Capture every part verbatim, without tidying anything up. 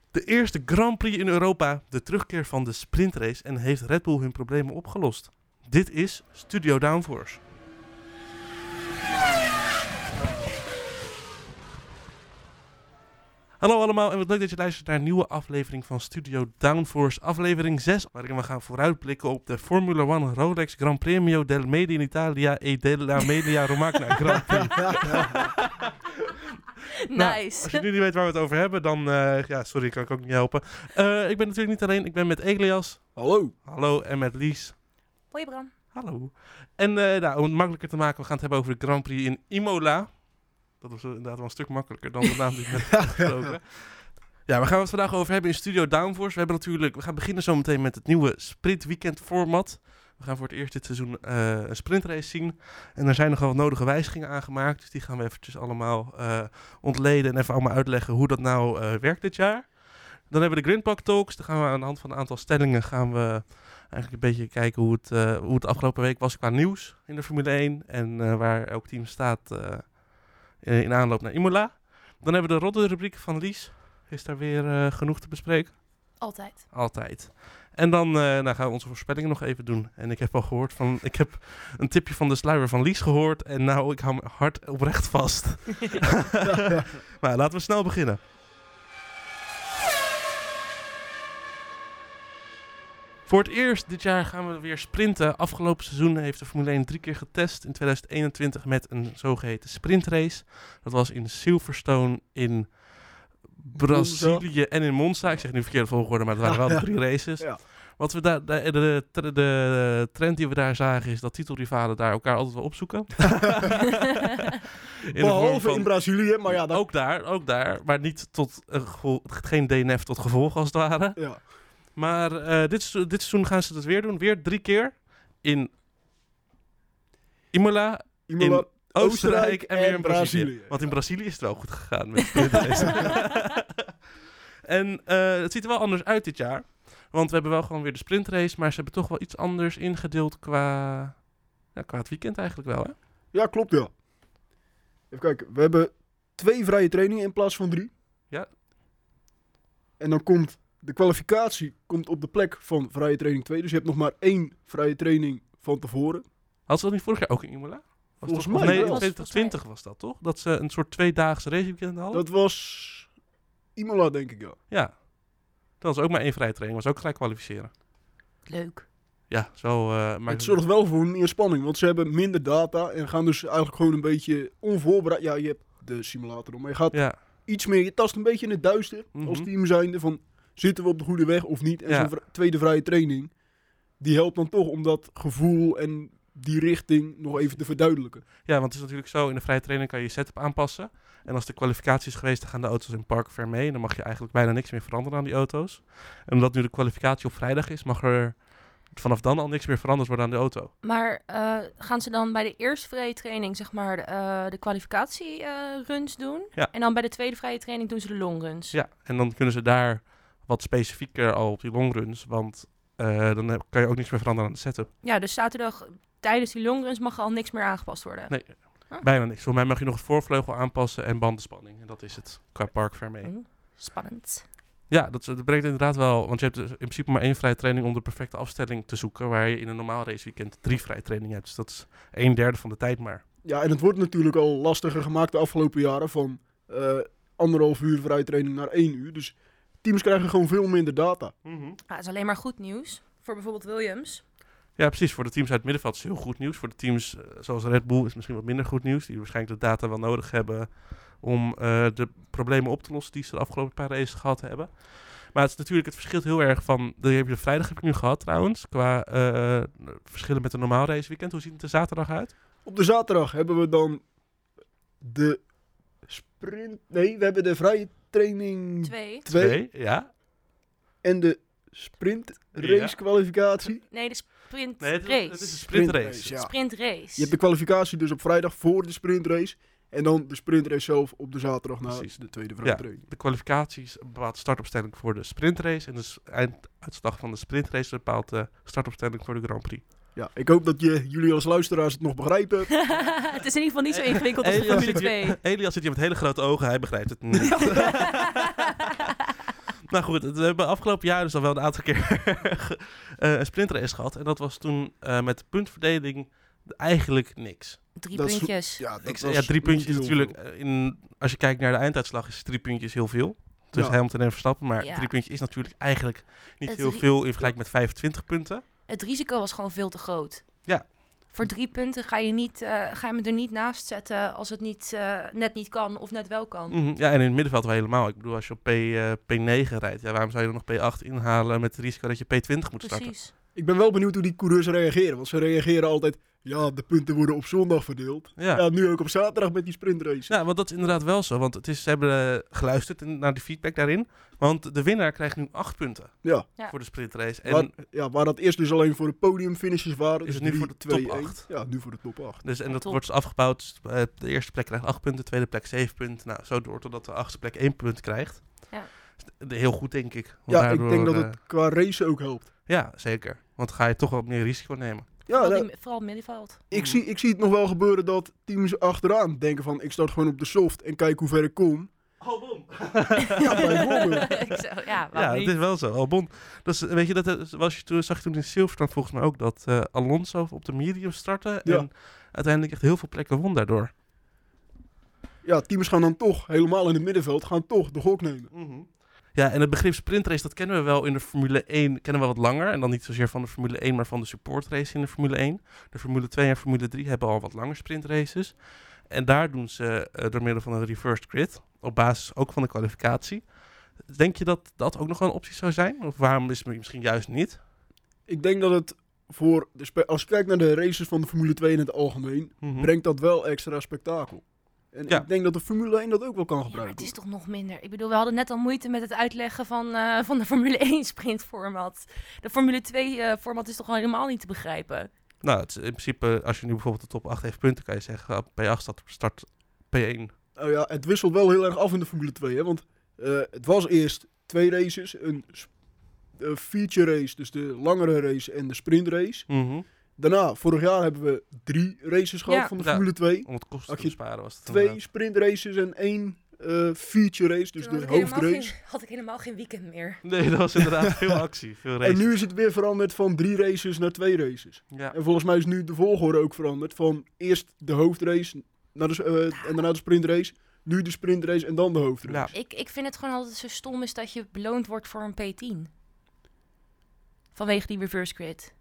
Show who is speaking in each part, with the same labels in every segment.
Speaker 1: De eerste Grand Prix in Europa, de terugkeer van de sprintrace en heeft Red Bull hun problemen opgelost. Dit is Studio Downforce. Hallo allemaal en wat leuk dat je luistert naar een nieuwe aflevering van Studio Downforce, aflevering zes, waarin we gaan vooruitblikken op de Formula één Rolex Gran Premio del Made in Italia e della Media Romagna Grand Prix.
Speaker 2: Nice.
Speaker 1: Nou, als je nu niet weet waar we het over hebben, dan, uh, ja, sorry, kan ik ook niet helpen. Uh, ik ben natuurlijk niet alleen, ik ben met Elias.
Speaker 3: Hallo.
Speaker 1: Hallo, en met Lies.
Speaker 2: Hoi Bram.
Speaker 1: Hallo. En uh, nou, om het makkelijker te maken, we gaan het hebben over de Grand Prix in Imola. Dat was inderdaad wel een stuk makkelijker dan de naam die ik net heb gesproken. Ja, we gaan het vandaag over hebben in Studio Downforce. We hebben natuurlijk, we gaan beginnen zometeen met het nieuwe sprint weekend format. We gaan voor het eerst dit seizoen uh, een sprintrace zien. En er zijn nogal wat nodige wijzigingen aangemaakt. Dus die gaan we eventjes allemaal uh, ontleden en even allemaal uitleggen hoe dat nou uh, werkt dit jaar. Dan hebben we de Grindpak Talks. Dan gaan we aan de hand van een aantal stellingen gaan we eigenlijk een beetje kijken hoe het, uh, hoe het afgelopen week was qua nieuws in de Formule één. En uh, waar elk team staat uh, in aanloop naar Imola. Dan hebben we de roddelrubriek van Lies. Is daar weer uh, genoeg te bespreken?
Speaker 2: Altijd.
Speaker 1: Altijd. En dan uh, nou gaan we onze voorspellingen nog even doen. En ik heb al gehoord van... Ik heb een tipje van de sluier van Lies gehoord. En nou, ik hou me hard oprecht vast. Maar laten we snel beginnen. Voor het eerst dit jaar gaan we weer sprinten. Afgelopen seizoen heeft de Formule één drie keer getest. In twintig eenentwintig met een zogeheten sprintrace. Dat was in Silverstone in Brazilië en in Monza. Ik zeg nu verkeerde volgorde, maar het waren wel de drie races. Ja. Wat we daar, de, de, de, de trend die we daar zagen is dat titelrivalen daar elkaar altijd wel opzoeken.
Speaker 3: in Behalve van, in Brazilië, maar ja. Dat...
Speaker 1: Ook daar, ook daar. Maar niet tot uh, gevo- geen D N F tot gevolg als het ware.
Speaker 3: Ja.
Speaker 1: Maar uh, dit, dit seizoen gaan ze dat weer doen. Weer drie keer in Imola,
Speaker 3: Imola
Speaker 1: in Oostenrijk,
Speaker 3: Oostenrijk
Speaker 1: en weer in
Speaker 3: en
Speaker 1: Brazilië.
Speaker 3: Brazilië.
Speaker 1: Want in Brazilië is het wel goed gegaan met sprintrace. En uh, het ziet er wel anders uit dit jaar. Want we hebben wel gewoon weer de sprintrace, maar ze hebben toch wel iets anders ingedeeld qua, ja, qua het weekend eigenlijk wel, hè?
Speaker 3: Ja, klopt, ja. Even kijken, we hebben twee vrije trainingen in plaats van drie.
Speaker 1: Ja.
Speaker 3: En dan komt de kwalificatie komt op de plek van vrije training twee. Dus je hebt nog maar één vrije training van tevoren.
Speaker 1: Hadden ze dat niet vorig jaar ook in Imola? Was
Speaker 3: Volgens
Speaker 1: toch,
Speaker 3: mij
Speaker 1: nee,
Speaker 3: wel.
Speaker 1: twintig twintig was dat, toch? Dat ze een soort tweedaagse raceweekend hadden?
Speaker 3: Dat was Imola, denk ik, ja.
Speaker 1: Ja. Dat was ook maar één vrije training. Was ook gelijk kwalificeren.
Speaker 2: Leuk.
Speaker 1: Ja, zo... Uh, maar
Speaker 3: het zorgt wel voor meer spanning, want ze hebben minder data en gaan dus eigenlijk gewoon een beetje onvoorbereid. Ja, je hebt de simulator om, maar je gaat
Speaker 1: ja.
Speaker 3: iets meer, je tast een beetje in het duister
Speaker 1: Mm-hmm.
Speaker 3: als team zijnde van zitten we op de goede weg of niet. En
Speaker 1: ja.
Speaker 3: zo'n vri- tweede vrije training, die helpt dan toch om dat gevoel en die richting nog even te verduidelijken.
Speaker 1: Ja, want het is natuurlijk zo, in de vrije training kan je je setup aanpassen. En als de kwalificatie is geweest, dan gaan de auto's in park ver mee. En dan mag je eigenlijk bijna niks meer veranderen aan die auto's. En omdat nu de kwalificatie op vrijdag is, mag er vanaf dan al niks meer veranderd worden aan de auto.
Speaker 2: Maar uh, gaan ze dan bij de eerste vrije training zeg maar de, uh, de kwalificatieruns uh, doen?
Speaker 1: Ja.
Speaker 2: En dan bij de tweede vrije training doen ze de longruns?
Speaker 1: Ja, en dan kunnen ze daar wat specifieker al op die longruns. Want uh, dan heb, kan je ook niks meer veranderen aan de setup.
Speaker 2: Ja, dus zaterdag tijdens die longruns mag al niks meer aangepast worden?
Speaker 1: Nee, huh? Bijna niks. Voor mij mag je nog het voorvleugel aanpassen en bandenspanning. En dat is het qua park ver mee.
Speaker 2: Oh, spannend.
Speaker 1: Ja, dat, dat brengt inderdaad wel... Want je hebt in principe maar één vrije training om de perfecte afstelling te zoeken. Waar je in een normaal raceweekend drie vrije trainingen hebt. Dus dat is een derde van de tijd maar.
Speaker 3: Ja, en het wordt natuurlijk al lastiger gemaakt de afgelopen jaren. Van uh, anderhalf uur vrije training naar één uur. Dus teams krijgen gewoon veel minder data.
Speaker 1: Mm-hmm.
Speaker 2: Ja, dat is alleen maar goed nieuws. Voor bijvoorbeeld Williams.
Speaker 1: Ja, precies. Voor de teams uit het middenveld is het heel goed nieuws. Voor de teams uh, zoals Red Bull is misschien wat minder goed nieuws. Die waarschijnlijk de data wel nodig hebben om uh, de problemen op te lossen die ze de afgelopen paar races gehad hebben. Maar het is natuurlijk, het verschilt heel erg van, de, heb je de vrijdag heb ik nu gehad trouwens, qua uh, verschillen met een normaal raceweekend. Hoe ziet het er zaterdag uit?
Speaker 3: Op de zaterdag hebben we dan de sprint, nee, we hebben de vrije training
Speaker 2: Twee.
Speaker 3: twee.
Speaker 1: Ja.
Speaker 3: En de sprint race kwalificatie.
Speaker 2: Nee, de sprint
Speaker 1: nee, het,
Speaker 2: race.
Speaker 1: Het is een sprintrace.
Speaker 3: Sprint ja.
Speaker 2: Sprint race.
Speaker 3: Je hebt de kwalificatie dus op vrijdag voor de sprintrace. En dan de sprintrace zelf op de zaterdag na
Speaker 1: Precies.
Speaker 3: de tweede vrije
Speaker 1: ja,
Speaker 3: training.
Speaker 1: de kwalificaties bepaalt de startopstelling voor de sprintrace. En de einduitslag van de sprintrace bepaalt de startopstelling voor de Grand Prix.
Speaker 3: Ja, ik hoop dat je, jullie als luisteraars het nog begrijpen.
Speaker 2: Het is in ieder geval niet zo ingewikkeld als Formule twee.
Speaker 1: Elias zit hier met hele grote ogen, hij begrijpt het niet. Nou goed, we hebben afgelopen jaar dus al wel een aantal keer uh, een sprintrace gehad. En dat was toen uh, met de puntverdeling eigenlijk niks.
Speaker 2: Drie
Speaker 3: Dat is-
Speaker 2: puntjes.
Speaker 3: Ja, dat
Speaker 1: Ik,
Speaker 3: was
Speaker 1: ja, drie
Speaker 3: niet
Speaker 1: puntjes is
Speaker 3: heel
Speaker 1: natuurlijk,
Speaker 3: veel.
Speaker 1: uh, in, als je kijkt naar de einduitslag, is drie puntjes heel veel. Dus
Speaker 3: Ja.
Speaker 1: Hamilton en Verstappen. Maar
Speaker 2: Ja.
Speaker 1: drie puntjes is natuurlijk eigenlijk niet
Speaker 2: Het
Speaker 1: heel
Speaker 2: drie-
Speaker 1: veel in vergelijking met vijfentwintig punten.
Speaker 2: Het risico was gewoon veel te groot.
Speaker 1: Ja.
Speaker 2: Voor drie punten ga je, niet, uh, ga je me er niet naast zetten als het niet, uh, net niet kan of net wel kan.
Speaker 1: Mm-hmm. Ja, en in het middenveld wel helemaal. Ik bedoel, als je op P, uh, P negen rijdt, ja, waarom zou je dan nog P acht inhalen met het risico dat je P twintig moet starten?
Speaker 2: Precies.
Speaker 3: Ik ben wel benieuwd hoe die coureurs reageren. Want ze reageren altijd, ja, de punten worden op zondag verdeeld.
Speaker 1: Ja.
Speaker 3: Ja, nu ook op zaterdag met die sprintrace.
Speaker 1: Ja, want dat is inderdaad wel zo. Want het is, ze hebben uh, geluisterd naar de feedback daarin. Want de winnaar krijgt nu acht punten
Speaker 3: Ja.
Speaker 2: Ja.
Speaker 1: voor de sprintrace. En
Speaker 3: Waar, ja, waar dat eerst dus alleen voor de podiumfinishes waren.
Speaker 1: Is het
Speaker 3: dus
Speaker 1: nu voor
Speaker 3: drie,
Speaker 1: de
Speaker 3: twee,
Speaker 1: top
Speaker 3: één.
Speaker 1: acht?
Speaker 3: Ja, nu voor de top acht.
Speaker 1: Dus, en dat
Speaker 2: Top.
Speaker 1: wordt dus afgebouwd. Uh, de eerste plek krijgt acht punten, de tweede plek zeven punten. Nou, zo door totdat de achtste plek één punt krijgt.
Speaker 2: Ja.
Speaker 1: De- Heel goed, denk ik. Want
Speaker 3: Ja,
Speaker 1: daardoor,
Speaker 3: ik denk dat
Speaker 1: uh,
Speaker 3: het qua race ook helpt.
Speaker 1: Ja, zeker. Want dan ga je toch wat meer risico nemen.
Speaker 3: Ja,
Speaker 2: Vooral,
Speaker 3: nou,
Speaker 2: die, vooral middenveld.
Speaker 3: ik, zie, ik zie het nog wel gebeuren dat teams achteraan denken van, ik start gewoon op de soft en kijk hoe ver ik kom.
Speaker 1: Albon!
Speaker 3: Ja, bijvoorbeeld.
Speaker 2: Ik zo, ja,
Speaker 1: Ja,
Speaker 2: waarom
Speaker 1: het
Speaker 2: niet?
Speaker 1: is wel zo. Albon. Dus weet je, dat eh, was je toen, zag je toen in Silverstone volgens mij ook dat uh, Alonso op de medium startte.
Speaker 3: Ja.
Speaker 1: En uiteindelijk echt heel veel plekken won daardoor.
Speaker 3: Ja, teams gaan dan toch, helemaal in het middenveld, gaan toch de gok nemen.
Speaker 1: Mm-hmm. Ja, en het begrip sprintrace, dat kennen we wel in de Formule één, kennen we wat langer. En dan niet zozeer van de Formule één, maar van de supportrace in de Formule één. De Formule twee en Formule drie hebben al wat langer sprintraces. En daar doen ze uh, door middel van een reversed grid, op basis ook van de kwalificatie. Denk je dat dat ook nog wel een optie zou zijn? Of waarom is het misschien juist niet?
Speaker 3: Ik denk dat het voor, de spe- als je kijkt naar de races van de Formule twee in het algemeen,
Speaker 1: Mm-hmm.
Speaker 3: brengt dat wel extra spektakel. En
Speaker 1: Ja.
Speaker 3: ik denk dat de Formule één dat ook wel kan
Speaker 2: Ja, maar
Speaker 3: gebruiken.
Speaker 2: het is toch nog minder. Ik bedoel, we hadden net al moeite met het uitleggen van, uh, van de Formule één sprintformat. De Formule twee uh, format is toch al helemaal niet te begrijpen.
Speaker 1: Nou, het is in principe, als je nu bijvoorbeeld de top acht heeft punten, kan je zeggen, uh, P acht staat op start P één.
Speaker 3: Oh ja, het wisselt wel heel erg af in de Formule twee. Hè? Want uh, het was eerst twee races. Een sp- uh, feature race, dus de langere race en de sprintrace.
Speaker 1: Mm-hmm.
Speaker 3: Daarna, vorig jaar hebben we drie races gehad
Speaker 2: Ja.
Speaker 3: van de
Speaker 1: Ja.
Speaker 3: Formule twee.
Speaker 1: Om het kosten
Speaker 3: Had
Speaker 1: te
Speaker 3: je
Speaker 1: besparen was het
Speaker 3: Twee
Speaker 1: inderdaad.
Speaker 3: sprintraces en één uh, feature race, dus
Speaker 2: Toen had
Speaker 3: de
Speaker 2: ik helemaal
Speaker 3: hoofdrace.
Speaker 2: geen- had ik helemaal geen weekend meer.
Speaker 1: Nee, dat was inderdaad veel actie, veel races.
Speaker 3: En nu is het weer veranderd van drie races naar twee races.
Speaker 1: Ja.
Speaker 3: En volgens mij is nu de volgorde ook veranderd. Van eerst de hoofdrace naar de, uh, en daarna de sprintrace. Nu de sprintrace en dan de hoofdrace.
Speaker 1: Ja.
Speaker 2: Ik, ik vind het gewoon altijd zo stom is dat je beloond wordt voor een P tien. Vanwege die reverse grid.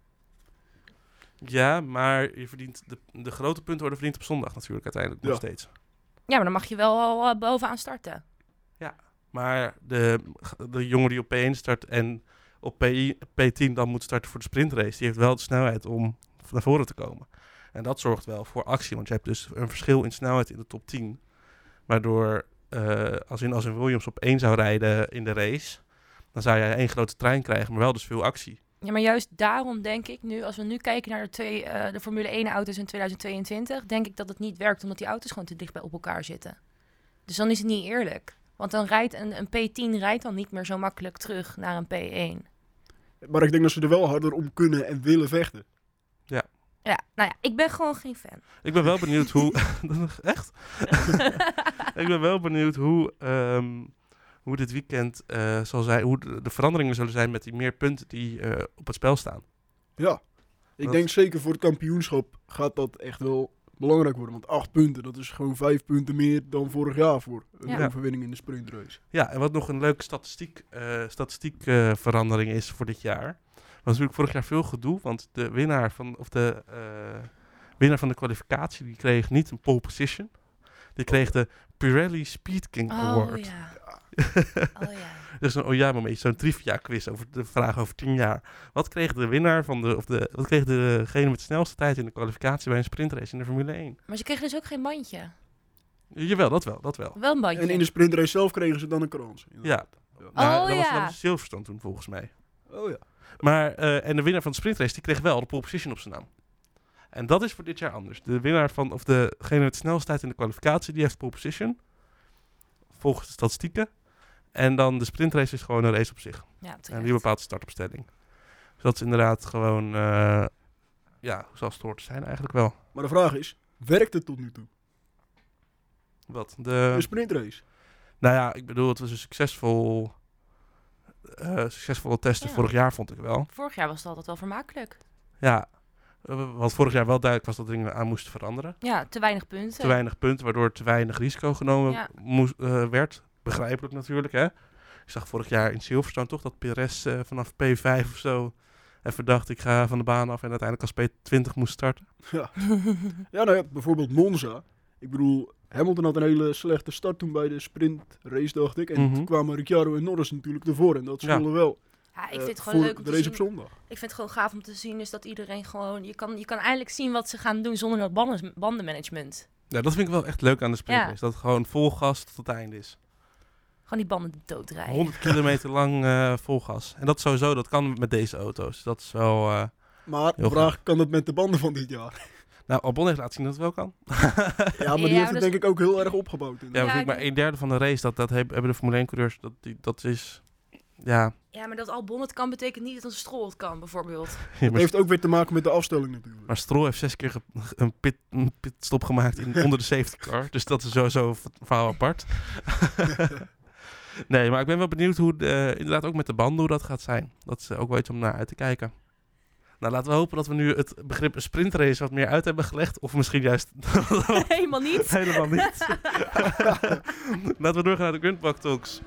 Speaker 1: Ja, maar je verdient de, de grote punten worden verdiend op zondag natuurlijk uiteindelijk nog
Speaker 3: Ja.
Speaker 1: steeds.
Speaker 2: Ja, maar dan mag je wel al uh, bovenaan starten.
Speaker 1: Maar de, de jongen die op P één start en op P I, P tien dan moet starten voor de sprintrace, die heeft wel de snelheid om naar voren te komen. En dat zorgt wel voor actie, want je hebt dus een verschil in snelheid in de top tien. Waardoor uh, als, in, als een Williams op één zou rijden in de race, dan zou je één grote trein krijgen, maar wel dus veel actie.
Speaker 2: Ja, maar juist daarom denk ik nu, als we nu kijken naar de, twee, uh, de Formule één auto's in tweeduizend tweeëntwintig, denk ik dat het niet werkt, omdat die auto's gewoon te dicht bij op elkaar zitten. Dus dan is het niet eerlijk. Want dan rijdt een, een P tien rijdt dan niet meer zo makkelijk terug naar een P één.
Speaker 3: Maar ik denk dat ze er wel harder om kunnen en willen vechten.
Speaker 2: Ja, nou ja, ik ben gewoon geen fan.
Speaker 1: Ik ben wel benieuwd hoe... Echt? Ik ben wel benieuwd hoe, um, hoe dit weekend uh, zal zijn, hoe de, de veranderingen zullen zijn met die meer punten die uh, op het spel staan.
Speaker 3: Ja, ik
Speaker 1: Dat-
Speaker 3: denk zeker voor het kampioenschap gaat dat echt wel belangrijk worden. Want acht punten, dat is gewoon vijf punten meer dan vorig jaar voor een
Speaker 2: Ja.
Speaker 3: overwinning in de sprintrace.
Speaker 1: Ja, en wat nog een leuke statistiek, uh, statistiek uh, verandering is voor dit jaar. Was natuurlijk vorig jaar veel gedoe, want de winnaar van, of de, uh, winnaar van de kwalificatie die kreeg niet een pole position. Die kreeg de Pirelli Speed King
Speaker 2: Oh
Speaker 1: Award.
Speaker 2: ja. Oh ja.
Speaker 1: Dus een oh ja moment, zo'n trivia quiz over de vraag over tien jaar. Wat kreeg de winnaar van de, of de, wat kreeg degene met de snelste tijd in de kwalificatie bij een sprintrace in de Formule één?
Speaker 2: Maar ze kregen dus ook geen bandje.
Speaker 1: Jawel, dat wel, dat wel.
Speaker 2: Wel een bandje.
Speaker 3: En in de sprintrace zelf kregen ze dan een krans.
Speaker 1: Ja.
Speaker 3: Ja.
Speaker 1: Nou,
Speaker 2: Oh,
Speaker 1: dat was,
Speaker 2: ja.
Speaker 1: dat was Silverstone toen volgens mij.
Speaker 3: Oh ja.
Speaker 1: Maar, uh, en de winnaar van de sprintrace, die kreeg wel de pole position op zijn naam. En dat is voor dit jaar anders. De winnaar van, of degene met de snelste tijd in de kwalificatie, die heeft pole position. Volgens de statistieken. En dan de sprintrace is gewoon een race op zich.
Speaker 2: Ja,
Speaker 1: En
Speaker 2: terecht.
Speaker 1: die bepaalt de startopstelling. Dus dat is inderdaad gewoon, uh, ja, zoals het hoort te zijn eigenlijk wel.
Speaker 3: Maar de vraag is, werkt het tot nu toe?
Speaker 1: Wat? De,
Speaker 3: Een sprintrace?
Speaker 1: nou ja, ik bedoel, het was een succesvol uh, succesvolle testen
Speaker 2: Ja.
Speaker 1: vorig jaar, vond ik wel.
Speaker 2: Vorig jaar was het altijd wel vermakelijk.
Speaker 1: Ja, uh, wat vorig jaar wel duidelijk was dat dingen aan moesten veranderen.
Speaker 2: Ja, te weinig punten.
Speaker 1: Te weinig punten, waardoor te weinig risico genomen
Speaker 2: Ja.
Speaker 1: moest, uh, werd. Begrijpelijk natuurlijk, hè. Ik zag vorig jaar in Silverstone toch dat Perez uh, vanaf P vijf of zo even dacht, ik ga van de baan af en uiteindelijk als P twintig moest starten.
Speaker 3: Ja, ja nou ja, bijvoorbeeld Monza. Ik bedoel, Hamilton had een hele slechte start toen bij de sprintrace, dacht ik. En
Speaker 1: Mhm.
Speaker 3: toen kwamen Ricciardo en Norris natuurlijk ervoor. En dat scheelde wel.
Speaker 2: Ja, ik
Speaker 3: eh,
Speaker 2: vind het gewoon
Speaker 3: voor
Speaker 2: leuk om
Speaker 3: de
Speaker 2: te
Speaker 3: race
Speaker 2: zien.
Speaker 3: op zondag.
Speaker 2: Ik vind het gewoon gaaf om te zien is dat iedereen gewoon... Je kan, je kan eindelijk zien wat ze gaan doen zonder dat banden, bandenmanagement.
Speaker 1: Ja, dat vind ik wel echt leuk aan de sprintrace.
Speaker 2: Ja.
Speaker 1: Dat het gewoon vol gas tot het einde is.
Speaker 2: Gewoon die banden doodrijden.
Speaker 1: honderd kilometer lang uh, vol gas. En dat sowieso, dat kan met deze auto's. Dat is wel... Uh,
Speaker 3: Maar de
Speaker 1: Heel
Speaker 3: vraag, kan dat met de banden van dit jaar?
Speaker 1: nou, Albon heeft laten zien dat het wel kan.
Speaker 3: Ja, maar die
Speaker 2: Ja,
Speaker 3: heeft
Speaker 2: maar
Speaker 3: het
Speaker 2: dat
Speaker 3: denk ik ook heel erg opgebouwd.
Speaker 1: Ja,
Speaker 3: inderdaad.
Speaker 1: maar
Speaker 2: Ja,
Speaker 1: vind ik
Speaker 2: ik
Speaker 1: maar een derde van de race. Dat, dat heb- hebben de Formule één-coureurs. Dat, die, dat is... Ja.
Speaker 2: Ja, maar dat Albon het kan, betekent niet dat een Stroll het kan, bijvoorbeeld.
Speaker 1: ja
Speaker 3: Het
Speaker 1: maar,
Speaker 3: heeft ook weer te maken met de afstelling natuurlijk.
Speaker 1: maar Stroll heeft zes keer ge- een, pit, een pitstop gemaakt in, onder de safety car. Dus dat is sowieso een v- verhaal apart. Nee, maar ik ben wel benieuwd hoe... De, inderdaad ook met de banden hoe dat gaat zijn. Dat is ook wel iets om naar uit te kijken. Nou, laten we hopen dat we nu het begrip sprintrace wat meer uit hebben gelegd. Of misschien juist
Speaker 2: Helemaal niet.
Speaker 1: helemaal niet. Laten we doorgaan naar de Gruntbak Talks.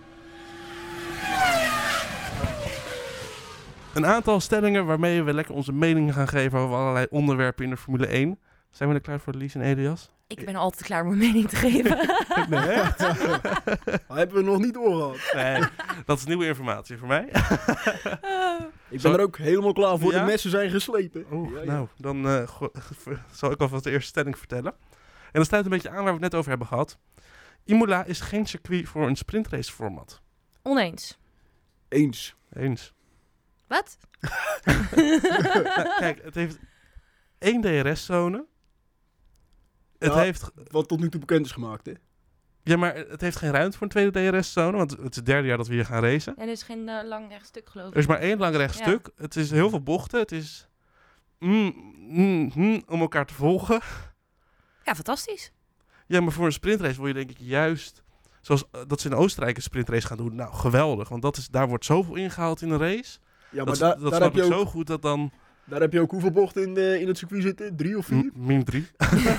Speaker 1: Een aantal stellingen waarmee we lekker onze meningen gaan geven over allerlei onderwerpen in de Formule één. Zijn we er klaar voor, Lies en Elias?
Speaker 2: Ik ben altijd klaar om mijn mening te geven.
Speaker 1: Nee, echt?
Speaker 3: Dat hebben we nog niet doorgehad.
Speaker 1: Nee, dat is nieuwe informatie voor mij.
Speaker 3: Ik
Speaker 1: Zo-
Speaker 3: ben er ook helemaal klaar voor.
Speaker 1: Ja?
Speaker 3: De messen zijn geslepen.
Speaker 1: Oeh,
Speaker 3: Ja, ja.
Speaker 1: nou, dan uh, go- zal ik alvast de eerste stelling vertellen. En dat sluit een beetje aan waar we het net over hebben gehad. Imola is geen circuit voor een sprintrace format.
Speaker 2: Oneens.
Speaker 3: Eens.
Speaker 1: Eens.
Speaker 2: Wat?
Speaker 1: Nou, kijk, het heeft één D R S-zone. Het
Speaker 3: Ja.
Speaker 1: heeft...
Speaker 3: Wat tot nu toe bekend is gemaakt, hè?
Speaker 1: Ja, maar het heeft geen ruimte voor een tweede D R S-zone, want het is het derde jaar dat we hier gaan racen.
Speaker 2: En er is geen uh, lang rechtstuk, geloof ik.
Speaker 1: Er is maar één lang recht
Speaker 2: Ja.
Speaker 1: stuk. Het is heel veel bochten. Het is mm, mm, mm, om elkaar te volgen.
Speaker 2: Ja, fantastisch.
Speaker 1: Ja, maar voor een sprintrace wil je denk ik juist, zoals uh, dat ze in Oostenrijk een sprintrace gaan doen. Nou, geweldig, want dat is, daar wordt zoveel ingehaald in een race.
Speaker 3: Ja, maar
Speaker 1: dat
Speaker 3: daar,
Speaker 1: dat
Speaker 3: daar,
Speaker 1: snap
Speaker 3: heb je
Speaker 1: ik
Speaker 3: ook,
Speaker 1: zo goed dat dan
Speaker 3: daar heb je ook hoeveel bochten in, de, in het circuit zitten? Drie of vier?
Speaker 1: m- min drie.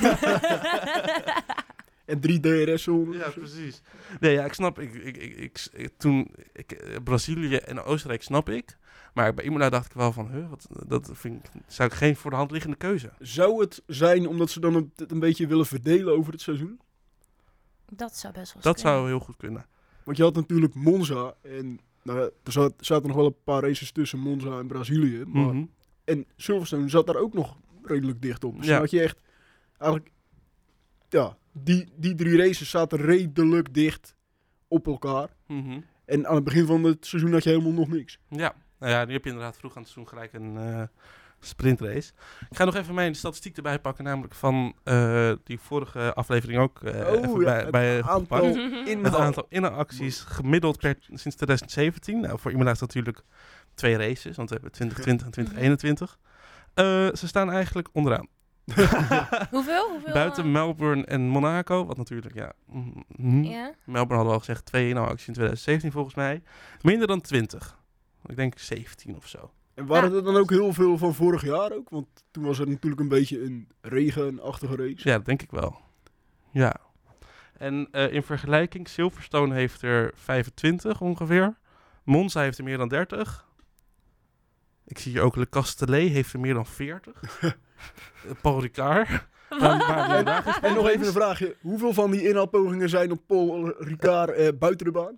Speaker 3: En drie D R S-zones.
Speaker 1: Ja, precies. Nee, ja, ik snap. Ik, ik, ik, ik, ik- toen ik, eh, Brazilië en Oostenrijk snap ik. Maar bij Imola dacht ik wel van, huh, wat, dat vind ik, zou ik geen voor de hand liggende keuze.
Speaker 3: Zou het zijn omdat ze dan het een beetje willen verdelen over het seizoen?
Speaker 2: Dat zou best wel
Speaker 1: Dat
Speaker 2: kunnen.
Speaker 1: zou heel goed kunnen.
Speaker 3: Want je had natuurlijk Monza en nou, ja, er zat, zaten nog wel een paar races tussen Monza en Brazilië. Maar,
Speaker 1: Mhm.
Speaker 3: En Silverstone zat daar ook nog redelijk dicht op. Dus
Speaker 1: Ja.
Speaker 3: dan had je echt eigenlijk, ja, die, die drie races zaten redelijk dicht op elkaar.
Speaker 1: Mhm.
Speaker 3: En aan het begin van het seizoen had je helemaal nog niks.
Speaker 1: Ja, nou ja, nu heb je inderdaad vroeg aan het seizoen gelijk een eh, sprintrace. Ik ga nog even mijn statistiek erbij pakken, namelijk van eh, die vorige aflevering ook eh even
Speaker 3: Oh, ja,
Speaker 1: bij,
Speaker 3: het
Speaker 1: bij
Speaker 3: aantal
Speaker 1: gepakt.
Speaker 3: in
Speaker 1: Het aantal inhaalacties gemiddeld per, sinds twintig zeventien. Nou, voor Imola is dat natuurlijk twee races, want we hebben twintig twintig en twintig eenentwintig. Uh, ze staan eigenlijk onderaan.
Speaker 2: Hoeveel? Hoeveel?
Speaker 1: Buiten
Speaker 2: uh,
Speaker 1: Melbourne en Monaco, wat natuurlijk, ja... mm, mm.
Speaker 2: Ja?
Speaker 1: Melbourne hadden we al gezegd, twee inhaalacties in twintig zeventien volgens mij. Minder dan twintig. Ik denk zeventien of zo.
Speaker 3: En waren
Speaker 2: Ja.
Speaker 3: er dan ook heel veel van vorig jaar ook? Want toen was het natuurlijk een beetje een regenachtige race.
Speaker 1: Ja, dat denk ik wel. Ja. En uh, in vergelijking, Silverstone heeft er vijfentwintig ongeveer. Monza heeft er meer dan dertig. Ik zie hier ook Le Castellet heeft er meer dan veertig. uh, Paul Ricard. Maar, maar die vandaag is
Speaker 3: En nog even een vraagje. Hoeveel van die inhaalpogingen zijn op Paul Ricard eh, buiten de baan?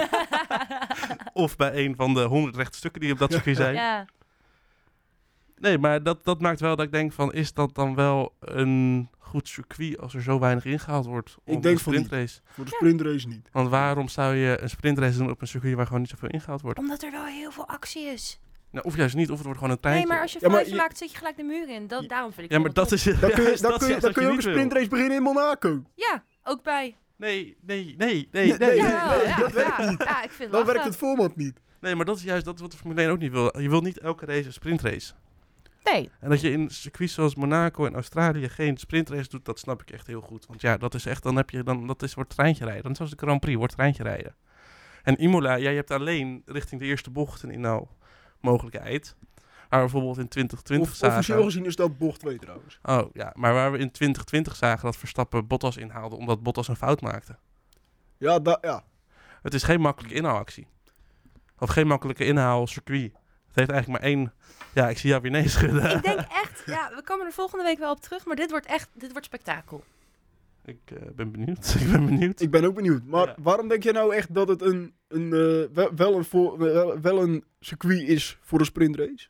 Speaker 1: Of bij een van de honderd rechte stukken die op dat circuit zijn.
Speaker 2: Ja.
Speaker 1: Nee, maar dat, dat maakt wel dat ik denk van, is dat dan wel een goed circuit als er zo weinig ingehaald wordt op
Speaker 3: Ik denk
Speaker 1: een
Speaker 3: van niet.
Speaker 1: sprintrace?
Speaker 3: Voor de sprintrace niet.
Speaker 1: Want waarom zou je een sprintrace doen op een circuit waar gewoon niet zoveel ingehaald wordt?
Speaker 2: Omdat er wel heel veel actie is.
Speaker 1: Nou, of juist niet, of het wordt gewoon een treintje.
Speaker 2: Nee, maar als je
Speaker 3: Ja, maar
Speaker 2: foutje
Speaker 3: je-
Speaker 2: maakt, zit je gelijk de muur in. Dat, daarom vind ik
Speaker 1: Ja,
Speaker 2: het
Speaker 1: maar
Speaker 2: wel
Speaker 1: dat is...
Speaker 3: Dan kun je,
Speaker 1: juist
Speaker 3: dan
Speaker 1: dat
Speaker 3: kun je,
Speaker 1: is
Speaker 3: dan
Speaker 1: juist
Speaker 3: kun je ook
Speaker 1: wat
Speaker 3: een
Speaker 1: je niet wil.
Speaker 3: sprintrace beginnen in Monaco.
Speaker 2: top. Ja, ook bij.
Speaker 1: Nee, nee, nee, nee,
Speaker 3: Nee,
Speaker 1: nee.
Speaker 3: nee,
Speaker 2: Ja,
Speaker 3: nee,
Speaker 2: ja,
Speaker 3: dat werkt
Speaker 2: ja,
Speaker 3: niet.
Speaker 2: ja, ik vind
Speaker 3: Dan
Speaker 2: lachen.
Speaker 3: werkt het format niet.
Speaker 1: Nee, maar dat is juist dat is wat de Formule één ook niet wil. Je wil niet elke race een sprintrace.
Speaker 2: Nee.
Speaker 1: En dat je in circuits zoals Monaco en Australië geen sprintrace doet, dat snap ik echt heel goed. Want ja, dat is echt, dan heb je, dan, dat is, wordt treintje rijden. Dan zoals de Grand Prix, wordt treintje rijden. En Imola, ja, je hebt alleen richting de eerste bocht een inhaalmogelijkheid. Maar bijvoorbeeld in twintig twintig
Speaker 3: Of,
Speaker 1: zagen...
Speaker 3: officieel gezien is dat bocht twee trouwens.
Speaker 1: Oh, ja. Maar waar we in twintig twintig zagen dat Verstappen Bottas inhaalde omdat Bottas een fout maakte.
Speaker 3: Ja, da, ja.
Speaker 1: Het is geen makkelijke inhaalactie. Of geen makkelijke inhaalcircuit. Het heeft eigenlijk maar één... Ja, ik zie jou weer nee schudden.
Speaker 2: Ik denk echt, ja, we komen er volgende week wel op terug, maar dit wordt echt, dit wordt spektakel.
Speaker 1: Ik uh, ben benieuwd. ik ben benieuwd.
Speaker 3: Ik ben ook benieuwd. Maar
Speaker 1: Ja.
Speaker 3: waarom denk je nou echt dat het een, een, uh, wel, wel, een voor, wel, wel een circuit is voor een sprintrace?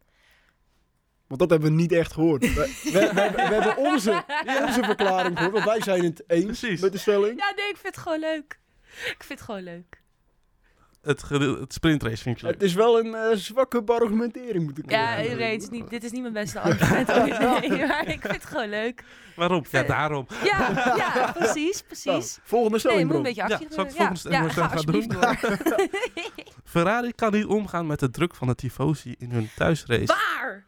Speaker 3: Want dat hebben we niet echt gehoord. we, we, we, hebben, we hebben onze, onze verklaring gehoord, want wij zijn het eens
Speaker 1: Precies.
Speaker 3: met de stelling.
Speaker 2: Ja, nee, ik vind het gewoon leuk. Ik vind het gewoon leuk.
Speaker 1: Het, gede- het sprintrace vind ik leuk.
Speaker 3: Het is wel een uh, zwakke argumentering, moet ik
Speaker 2: Ja,
Speaker 3: zeggen.
Speaker 2: nee, het is niet, dit is niet mijn beste argument ooit. Nee, maar ik vind het gewoon leuk.
Speaker 1: Waarom? Ja, daarom.
Speaker 2: Ja, ja precies, precies.
Speaker 3: Nou, volgende
Speaker 2: Nee, je
Speaker 3: stelling,
Speaker 2: moet een
Speaker 3: Bram.
Speaker 2: beetje actie
Speaker 1: Ja, zal ik
Speaker 2: gebeuren.
Speaker 1: de volgende stelling
Speaker 2: ja,
Speaker 1: maar
Speaker 2: ja,
Speaker 1: snel
Speaker 2: ga
Speaker 1: gaan
Speaker 2: alsjeblieft door.
Speaker 1: Ferrari kan niet omgaan met de druk van de tifosi in hun thuisrace.
Speaker 2: Waar?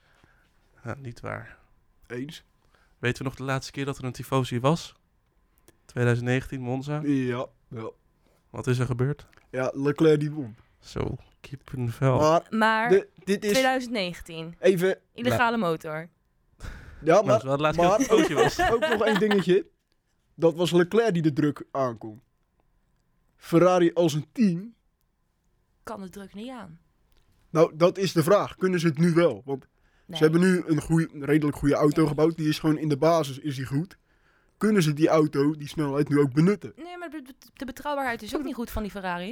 Speaker 1: Ja, niet waar.
Speaker 3: Eens.
Speaker 1: Weten we nog de laatste keer dat er een tifosi was? twintig negentien, Monza.
Speaker 3: Ja, ja.
Speaker 1: Wat is er gebeurd?
Speaker 3: Ja, Leclerc die won.
Speaker 1: Zo, kippenvel.
Speaker 3: Maar
Speaker 2: Maar
Speaker 3: de, dit is
Speaker 2: twintig negentien,
Speaker 3: even...
Speaker 2: illegale motor.
Speaker 3: Ja,
Speaker 1: Maar dat
Speaker 3: maar
Speaker 1: is wel de laatste keer dat
Speaker 3: maar
Speaker 1: het tifosi was.
Speaker 3: ook nog één dingetje. Dat was Leclerc die de druk aankon. Ferrari als een team.
Speaker 2: Kan de druk niet aan.
Speaker 3: Nou, dat is de vraag. Kunnen ze het nu wel? Want
Speaker 2: Nee.
Speaker 3: ze hebben nu een, goeie, een redelijk goede auto
Speaker 2: Nee.
Speaker 3: gebouwd. Die is gewoon in de basis is die goed. Kunnen ze die auto, die snelheid, nu ook benutten?
Speaker 2: Nee, maar de, de betrouwbaarheid is ook niet goed van die Ferrari.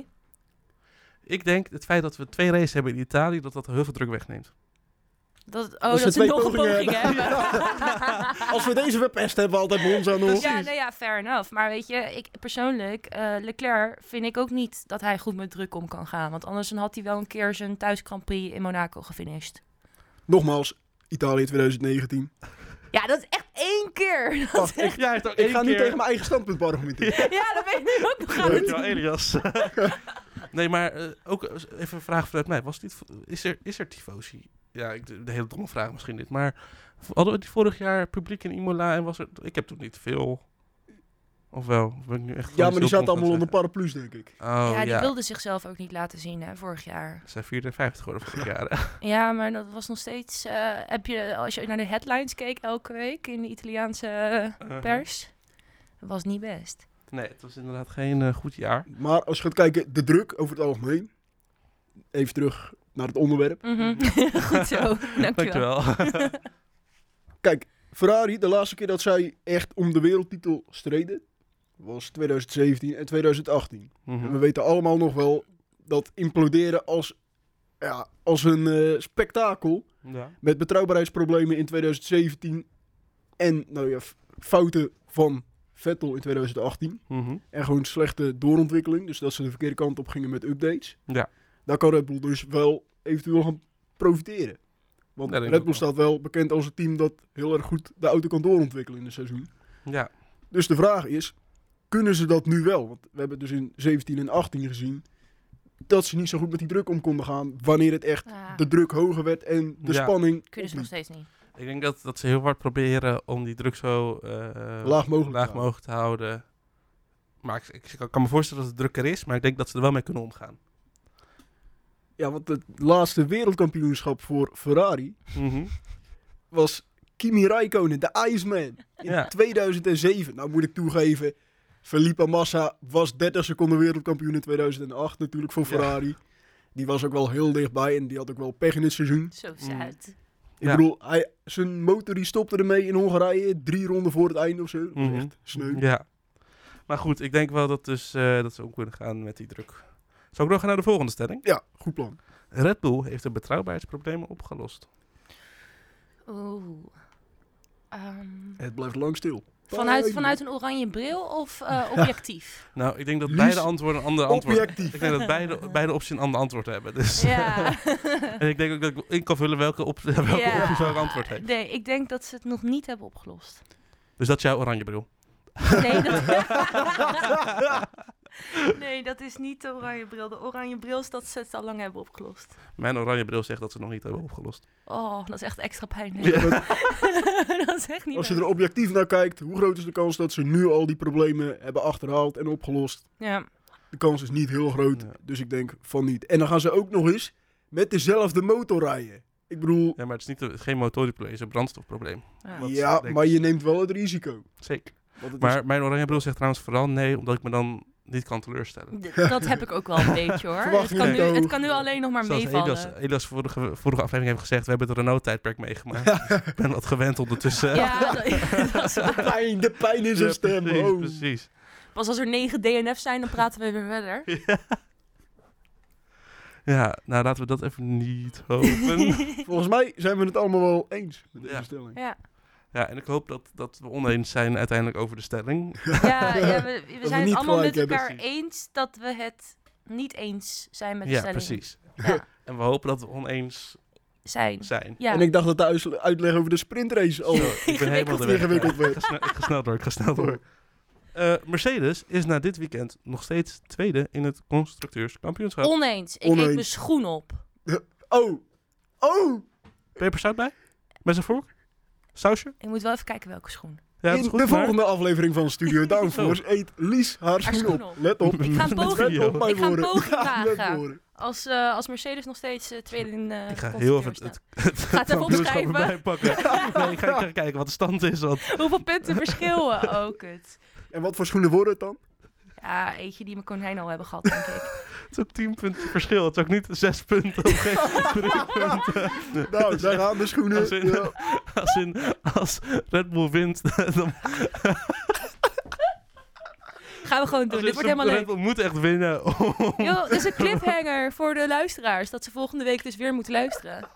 Speaker 1: Ik denk het feit dat we twee races hebben in Italië, dat dat heel veel druk wegneemt.
Speaker 2: Dat, oh,
Speaker 3: Dat
Speaker 2: dat,
Speaker 3: ze
Speaker 2: ze
Speaker 3: twee
Speaker 2: nog een
Speaker 3: pogingen
Speaker 2: poging
Speaker 3: hebben.
Speaker 2: hebben.
Speaker 3: Als we deze verpest hebben, we altijd bij ons aan de hoofd.
Speaker 2: Ja, nou ja, fair enough. Maar weet je, ik persoonlijk, eh, Leclerc vind ik ook niet dat hij goed met druk om kan gaan. Want anders dan had hij wel een keer zijn thuis Grand Prix in Monaco gefinished.
Speaker 3: Nogmaals, Italië twintig negentien.
Speaker 2: Ja, dat is echt één keer.
Speaker 3: Wacht, ik,
Speaker 1: Ja, hij heeft ook
Speaker 3: ik
Speaker 1: één
Speaker 3: ga nu
Speaker 1: keer...
Speaker 3: tegen mijn eigen standpunt argumenteren.
Speaker 2: Ja, dat ben je nu ook nog aan het
Speaker 1: Dankjewel,
Speaker 2: doen.
Speaker 1: Elias. Nee, maar uh, ook uh, even een vraag vanuit mij. Was het niet, is, er, is er tifosi? Ja, ik, de hele domme vraag misschien dit. Maar hadden we die vorig jaar publiek in Imola en was er... Ik heb toen niet veel... Of wel? Of ben ik nu echt
Speaker 3: Ja, maar die zaten allemaal
Speaker 1: onder
Speaker 3: onder paraplu's, denk ik.
Speaker 1: Oh,
Speaker 2: Ja,
Speaker 1: ja.
Speaker 2: die wilde zichzelf ook niet laten zien, hè, vorig jaar.
Speaker 1: Ze zijn vierenvijftig geworden vorig jaar. hè?
Speaker 2: Ja, maar dat was nog steeds... eh, heb je, als je naar de headlines keek elke week in de Italiaanse eh,
Speaker 1: Uh-huh.
Speaker 2: pers, dat was niet best.
Speaker 1: Nee, het was inderdaad geen uh, goed jaar.
Speaker 3: Maar als je gaat kijken, de druk over het algemeen. Even terug naar het onderwerp.
Speaker 2: Mhm. Goed zo, dankjewel.
Speaker 1: Dankjewel.
Speaker 3: Kijk, Ferrari, de laatste keer dat zij echt om de wereldtitel streden, was twintig zeventien en twintig achttien.
Speaker 1: Mhm.
Speaker 3: En we weten allemaal nog wel dat imploderen als, ja, als een eh, spektakel
Speaker 1: Ja.
Speaker 3: met betrouwbaarheidsproblemen in twintig zeventien en nou ja, f- fouten van Vettel in twintig achttien.
Speaker 1: Mhm.
Speaker 3: En gewoon slechte doorontwikkeling, dus dat ze de verkeerde kant op gingen met updates.
Speaker 1: Ja.
Speaker 3: Daar kan Red Bull dus wel eventueel gaan profiteren. Want
Speaker 1: Ja, denk ik
Speaker 3: Red
Speaker 1: ook
Speaker 3: Bull
Speaker 1: wel.
Speaker 3: staat wel bekend als een team dat heel erg goed de auto kan doorontwikkelen in het seizoen.
Speaker 1: Ja.
Speaker 3: Dus de vraag is, kunnen ze dat nu wel? Want we hebben dus in zeventien en achttien gezien dat ze niet zo goed met die druk om konden gaan wanneer het echt
Speaker 2: Ja,
Speaker 3: de druk hoger werd en de
Speaker 1: Ja.
Speaker 3: spanning
Speaker 2: kunnen ze nog
Speaker 3: opliep.
Speaker 2: steeds niet.
Speaker 1: Ik denk dat, dat ze heel hard proberen om die druk zo uh,
Speaker 3: Laag mogelijk
Speaker 1: laag
Speaker 3: te
Speaker 1: mogelijk te houden. Maar ik, ik, ik kan me voorstellen dat het drukker is, maar ik denk dat ze er wel mee kunnen omgaan.
Speaker 3: Ja, want het laatste wereldkampioenschap voor Ferrari
Speaker 1: Mhm.
Speaker 3: was Kimi Räikkönen, de Iceman, in
Speaker 1: Ja.
Speaker 3: tweeduizend zeven. Nou moet ik toegeven, Felipe Massa was dertig seconden wereldkampioen in tweeduizend acht natuurlijk voor
Speaker 1: Ja.
Speaker 3: Ferrari. Die was ook wel heel dichtbij en die had ook wel pech in het seizoen.
Speaker 2: Zo sad.
Speaker 3: Ik
Speaker 1: Ja.
Speaker 3: bedoel, hij, zijn motor die stopte ermee in Hongarije, drie ronden voor het einde of zo. Dat was
Speaker 1: Mhm.
Speaker 3: echt sneu.
Speaker 1: Ja. Maar goed, ik denk wel dat, dus, uh, dat ze om kunnen gaan met die druk. Zal ik nog gaan naar de volgende stelling?
Speaker 3: Ja, goed plan.
Speaker 1: Red Bull heeft de betrouwbaarheidsproblemen opgelost.
Speaker 2: Oeh. Ehm,
Speaker 3: Het blijft lang stil.
Speaker 2: vanuit,
Speaker 3: Pijn.
Speaker 2: vanuit een oranje bril of eh, objectief?
Speaker 1: Nou, ik denk dat
Speaker 3: Lies,
Speaker 1: beide antwoorden een ander antwoord
Speaker 3: objectief.
Speaker 1: Ik denk dat beide, beide opties een ander antwoord hebben. Dus.
Speaker 2: Ja.
Speaker 1: En ik denk ook dat ik in kan vullen welke, op, welke
Speaker 2: Ja.
Speaker 1: optie welk antwoord heeft.
Speaker 2: Nee, ik denk dat ze het nog niet hebben opgelost.
Speaker 1: Dus dat is jouw oranje bril.
Speaker 2: Nee, dat... nee, dat is niet de oranje bril. De oranje bril is dat ze het al lang hebben opgelost.
Speaker 1: Mijn oranje bril zegt dat ze het nog niet hebben opgelost.
Speaker 2: Oh, dat is echt extra pijnlijk.
Speaker 1: Ja.
Speaker 2: Dat is echt niet
Speaker 3: Als je
Speaker 2: leuk.
Speaker 3: er objectief naar kijkt, hoe groot is de kans dat ze nu al die problemen hebben achterhaald en opgelost?
Speaker 2: Ja.
Speaker 3: de kans is niet heel groot.
Speaker 1: Ja.
Speaker 3: Dus ik denk van niet. En dan gaan ze ook nog eens met dezelfde motor rijden. Ik bedoel,
Speaker 1: Ja, maar het is niet een, geen motorprobleem, het is een brandstofprobleem.
Speaker 2: Ja.
Speaker 1: Wat
Speaker 3: ja,
Speaker 1: denk
Speaker 3: maar
Speaker 1: ik-
Speaker 3: je neemt wel het risico.
Speaker 1: Zeker.
Speaker 3: Want het
Speaker 1: Maar
Speaker 3: is-
Speaker 1: mijn oranje bril zegt trouwens vooral nee, omdat ik me dan niet kan teleurstellen.
Speaker 2: D- Dat heb ik ook wel een beetje hoor. Het
Speaker 3: Verwachting
Speaker 2: kan, nu,
Speaker 3: hoog.
Speaker 2: het kan nu alleen nog maar
Speaker 1: Zoals
Speaker 2: meevallen.
Speaker 1: Elias, Elias vorige, vorige aflevering heeft gezegd, we hebben het Renault-tijdperk meegemaakt. Ik ben wat gewend ondertussen.
Speaker 2: Ja, dat, dat is
Speaker 3: de, pijn, de pijn in zijn
Speaker 1: Ja,
Speaker 3: stem.
Speaker 1: Precies,
Speaker 3: Oh.
Speaker 1: precies.
Speaker 2: pas als er negen D N F's zijn, dan praten we weer verder.
Speaker 1: Ja. Ja, nou laten we dat even niet hopen.
Speaker 3: Volgens mij zijn we het allemaal wel eens met deze
Speaker 1: Ja.
Speaker 3: stelling.
Speaker 2: Ja,
Speaker 1: Ja, en ik hoop dat, dat we oneens zijn uiteindelijk over de stelling.
Speaker 2: ja, ja we, we
Speaker 3: we
Speaker 2: zijn
Speaker 3: niet
Speaker 2: het allemaal
Speaker 3: gelijk
Speaker 2: met
Speaker 3: hebben.
Speaker 2: elkaar eens dat we het niet eens zijn met de
Speaker 1: Ja,
Speaker 2: stelling.
Speaker 1: precies.
Speaker 2: Ja,
Speaker 1: En we hopen dat we oneens
Speaker 2: zijn.
Speaker 1: zijn.
Speaker 2: Ja.
Speaker 3: En ik dacht dat de uits- uitleg over de sprintrace al
Speaker 1: Zo, ik ben helemaal de weg.
Speaker 3: ingewikkeld
Speaker 1: Ik
Speaker 3: werd.
Speaker 1: ga, snel, ik ga snel door, ik ga snel door. Eh, Mercedes is na dit weekend nog steeds tweede in het constructeurskampioenschap.
Speaker 2: Oneens. Ik eet
Speaker 3: Oneens.
Speaker 2: mijn schoen op.
Speaker 3: Oh, oh!
Speaker 1: Peperzout bij? Met zijn vork? Sausje?
Speaker 2: Ik moet wel even kijken welke schoen.
Speaker 1: Ja, dat
Speaker 3: In
Speaker 1: is goed.
Speaker 3: de
Speaker 1: maar-
Speaker 3: volgende aflevering van Studio Downforce eet Lies haar schoen
Speaker 2: schoen
Speaker 3: op.
Speaker 2: op.
Speaker 3: Let op.
Speaker 2: Ik ga een
Speaker 1: Met
Speaker 2: poging-
Speaker 1: video.
Speaker 3: Let op mijn
Speaker 2: Ik ga een
Speaker 3: woorden.
Speaker 2: poging
Speaker 3: Ja, met
Speaker 2: wagen.
Speaker 3: woorden.
Speaker 2: Als, eh, als Mercedes nog steeds eh, tweede in eh
Speaker 1: Ik ga heel even het,
Speaker 2: constructeurs
Speaker 1: het, het
Speaker 2: Ga het even
Speaker 1: kampioenschap
Speaker 2: opschrijven.
Speaker 1: erbij pakken. Nee, ik ga, ik ga kijken wat de stand is. Want
Speaker 2: staat. Hoeveel punten verschillen? Oh, kut.
Speaker 3: En wat voor schoenen worden het dan?
Speaker 2: Ja, eentje die mijn konijn al hebben gehad, denk ik.
Speaker 1: het is ook tien punten verschil. Het is ook niet zes punten of geen drie punten.
Speaker 3: Nou, daar gaan de schoenen.
Speaker 1: Als in,
Speaker 3: Ja.
Speaker 1: als, in, als Red Bull wint, dan
Speaker 2: Gaan we gewoon doen.
Speaker 1: als
Speaker 2: Dit wordt helemaal
Speaker 1: Red
Speaker 2: leuk.
Speaker 1: Bull moet echt winnen. om-
Speaker 2: Yo, dit is een cliffhanger voor de luisteraars. Dat ze volgende week dus weer moeten luisteren.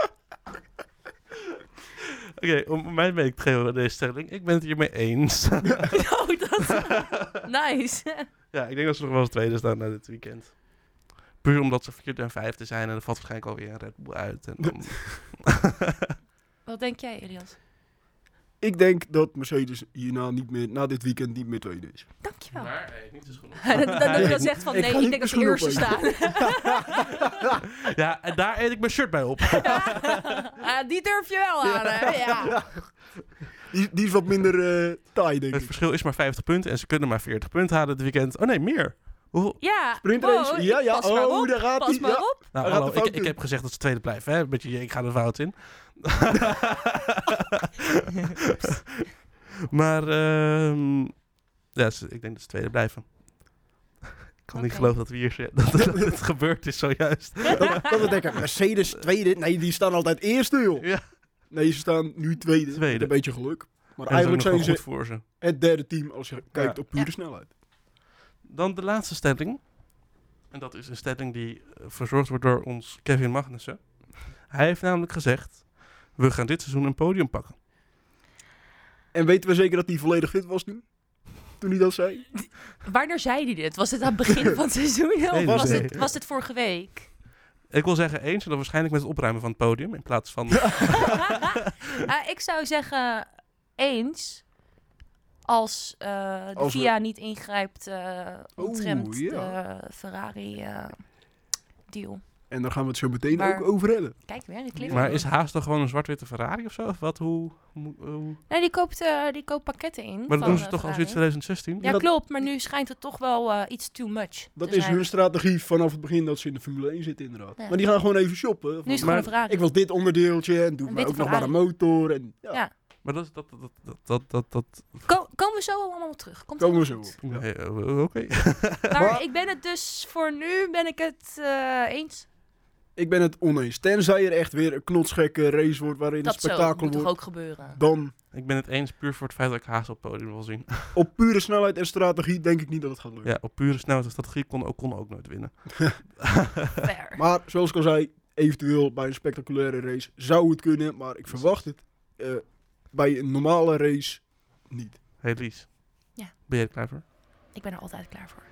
Speaker 1: Oké, om mijn week te geven bij deze stelling. Ik ben het hiermee eens.
Speaker 2: Oh, dat... Nice.
Speaker 1: Ja, ik denk dat ze nog wel eens tweede staan na dit weekend. Puur omdat ze vierde en vijfde zijn en er valt waarschijnlijk alweer een Red Bull uit. En dan...
Speaker 2: Wat denk jij, Elias?
Speaker 3: Ik denk dat Mercedes hierna niet meer, na dit weekend niet meer tweede is.
Speaker 2: Dankjewel.
Speaker 1: Maar hij heeft niet de schoenen.
Speaker 2: dat, dat, dat, dat zegt van
Speaker 3: Ik
Speaker 2: nee,
Speaker 3: ga
Speaker 2: ik
Speaker 3: niet
Speaker 2: denk dat ze
Speaker 3: mijn
Speaker 2: eerste
Speaker 3: schoen
Speaker 2: staan.
Speaker 1: Ja, en daar eet ik mijn shirt bij op.
Speaker 2: Ah, die durf je wel aan, hè? Ja.
Speaker 3: Die, die is wat minder eh taai, denk
Speaker 1: Het
Speaker 3: ik.
Speaker 1: verschil is maar vijftig punten en ze kunnen maar veertig punten halen dit weekend. Oh nee, meer. Hoeveel?
Speaker 2: Ja.
Speaker 3: Sprintrace,
Speaker 2: wow,
Speaker 3: ja, ja.
Speaker 2: Pas maar
Speaker 3: Oh,
Speaker 2: op.
Speaker 3: daar gaat
Speaker 2: Pas
Speaker 3: hij.
Speaker 2: maar
Speaker 3: Ja.
Speaker 2: op.
Speaker 1: Nou,
Speaker 3: Hij gaat
Speaker 1: hallo,
Speaker 3: de fout
Speaker 1: ik, ik
Speaker 3: in.
Speaker 1: heb gezegd dat ze tweede blijven. Hè? Een beetje, ik ga er fout in. maar ehm, ja, ze- ik denk dat ze tweede blijven. Ik kan niet
Speaker 2: Oké.
Speaker 1: geloven dat we hier zi- dat, dat het gebeurd is zojuist.
Speaker 3: Dat, dat we denken, Mercedes tweede. Nee, die staan altijd eerste, joh.
Speaker 1: Ja.
Speaker 3: Nee, ze staan nu tweede.
Speaker 1: Tweede.
Speaker 3: Met een beetje geluk. Maar
Speaker 1: En dat is ook
Speaker 3: eigenlijk
Speaker 1: nog wel
Speaker 3: zijn
Speaker 1: goed
Speaker 3: ze
Speaker 1: voor ze.
Speaker 3: het derde team als je kijkt
Speaker 1: Ja.
Speaker 3: op pure
Speaker 2: Ja.
Speaker 3: snelheid.
Speaker 1: Dan de laatste stelling. En dat is een stelling die eh, verzorgd wordt door ons Kevin Magnussen. Hij heeft namelijk gezegd, we gaan dit seizoen een podium pakken.
Speaker 3: En weten we zeker dat hij volledig fit was nu? Toen hij dat zei?
Speaker 2: Wanneer zei hij dit? Was dit aan het begin van het seizoen? Of
Speaker 1: Geen
Speaker 2: was
Speaker 1: idee.
Speaker 2: het, was het vorige week?
Speaker 1: Ik wil zeggen eens, en dan waarschijnlijk met het opruimen van het podium in plaats van...
Speaker 2: Ah, ik zou zeggen eens. Als eh, de
Speaker 3: Als we-
Speaker 2: V I A niet ingrijpt uh, omtrent
Speaker 3: Oeh, ja.
Speaker 2: de Ferrari eh, deal.
Speaker 3: En daar gaan we het zo meteen
Speaker 2: Maar-
Speaker 3: ook over hebben.
Speaker 2: Kijk weer, die clip.
Speaker 1: Maar is Haas dan gewoon een zwart-witte Ferrari of zo? Of wat? Hoe? hoe, hoe?
Speaker 2: Nee, die koopt, eh, die koopt pakketten in.
Speaker 1: Maar dat
Speaker 2: van,
Speaker 1: doen ze
Speaker 2: eh,
Speaker 1: toch al
Speaker 2: Ferrari.
Speaker 1: sinds twintig zestien?
Speaker 2: Ja,
Speaker 3: dat-
Speaker 2: klopt. Maar nu schijnt het toch wel eh, iets too much.
Speaker 3: Dat
Speaker 2: te
Speaker 3: is
Speaker 2: zijn.
Speaker 3: hun strategie vanaf het begin dat ze in de Formule één zitten inderdaad.
Speaker 2: Ja.
Speaker 3: Maar die gaan gewoon even shoppen.
Speaker 2: Nu is
Speaker 3: Van,
Speaker 2: het gewoon
Speaker 1: Maar
Speaker 2: een Ferrari.
Speaker 3: ik wil dit onderdeeltje en doe
Speaker 2: Een
Speaker 3: maar ook
Speaker 2: witte
Speaker 3: nog maar een motor. En, ja,
Speaker 2: Ja.
Speaker 1: Maar dat is dat, dat, dat, dat, dat, dat, dat...
Speaker 2: Ko- komen we zo allemaal op terug. Komt
Speaker 3: komen we zo
Speaker 2: helemaal
Speaker 3: op.
Speaker 2: goed.
Speaker 3: Ja.
Speaker 1: Nee, eh, Oké.
Speaker 2: Maar
Speaker 3: Maar-
Speaker 2: ik ben het dus voor nu ben ik het eh, eens.
Speaker 3: Ik ben het oneens. Tenzij er echt weer een knotsgekke race wordt waarin
Speaker 2: Dat
Speaker 3: het
Speaker 2: zo
Speaker 3: spektakel
Speaker 2: moet toch
Speaker 3: wordt.
Speaker 2: ook gebeuren.
Speaker 3: Dan
Speaker 1: Ik ben het eens puur voor het feit dat ik Haas op het podium wil zien.
Speaker 3: op pure snelheid en strategie denk ik niet dat het gaat lukken.
Speaker 1: Ja, op pure snelheid en strategie kon ook, kon ook nooit winnen.
Speaker 2: Fair.
Speaker 3: Maar zoals ik al zei, eventueel bij een spectaculaire race zou het kunnen. Maar ik verwacht het eh, bij een normale race niet.
Speaker 1: Hey Lies.
Speaker 2: Ja.
Speaker 1: Ben je er klaar voor?
Speaker 2: Ik ben er altijd klaar voor.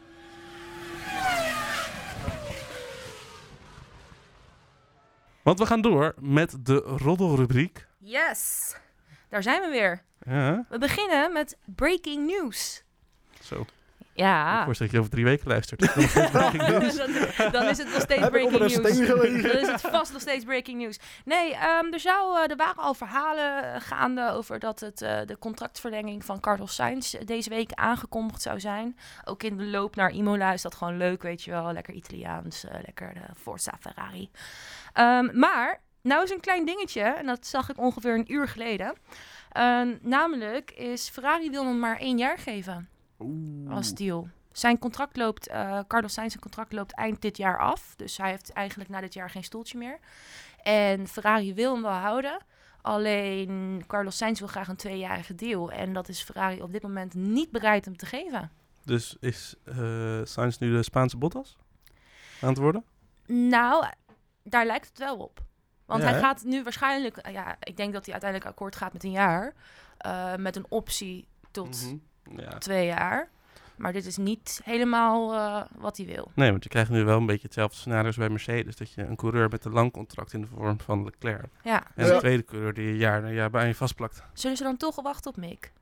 Speaker 1: Want we gaan door met de roddelrubriek.
Speaker 2: Yes! Daar zijn we weer.
Speaker 1: Ja,
Speaker 2: We beginnen met breaking news.
Speaker 1: zo.
Speaker 2: Ja.
Speaker 1: Voor dat je over drie weken luistert. Dan, nog steeds breaking news.
Speaker 2: dan, dan is het nog steeds
Speaker 3: Heb ik
Speaker 2: breaking
Speaker 3: onder een
Speaker 2: news.
Speaker 3: steen gelegen?
Speaker 2: Dan is het vast nog steeds breaking news. Nee, um, er, zou, uh, er waren al verhalen uh, gaande over dat het, uh, de contractverlenging van Carlos Sainz deze week aangekondigd zou zijn. Ook in de loop naar Imola is dat gewoon leuk, weet je wel. Lekker Italiaans, uh, lekker uh, Forza Ferrari. Um, maar, nou is een klein dingetje, en dat zag ik ongeveer een uur geleden. Uh, namelijk is Ferrari wil hem maar één jaar geven
Speaker 3: Oeh.
Speaker 2: als deal. Zijn contract loopt, uh, Carlos Sainz zijn contract loopt eind dit jaar af. Dus hij heeft eigenlijk na dit jaar geen stoeltje meer. En Ferrari wil hem wel houden. Alleen Carlos Sainz wil graag een tweejarige deal. En dat is Ferrari op dit moment niet bereid hem te geven.
Speaker 1: Dus is uh, Sainz nu de Spaanse Bottas aan het worden?
Speaker 2: Nou, daar lijkt het wel op. Want
Speaker 1: Ja,
Speaker 2: hij
Speaker 1: hè?
Speaker 2: gaat nu waarschijnlijk... Uh, ja, ik denk dat hij uiteindelijk akkoord gaat met een jaar. Uh, met een optie tot
Speaker 1: Mm-hmm. Ja.
Speaker 2: twee jaar. Maar dit is niet helemaal uh, wat hij wil.
Speaker 1: Nee, want je krijgt nu wel een beetje hetzelfde scenario als bij Mercedes. Dat je een coureur met een lang contract in de vorm van Leclerc.
Speaker 2: Ja.
Speaker 1: En
Speaker 3: Ja.
Speaker 1: een tweede coureur die je jaar na jaar bij je vastplakt.
Speaker 2: Zullen ze dan toch wachten op Mick?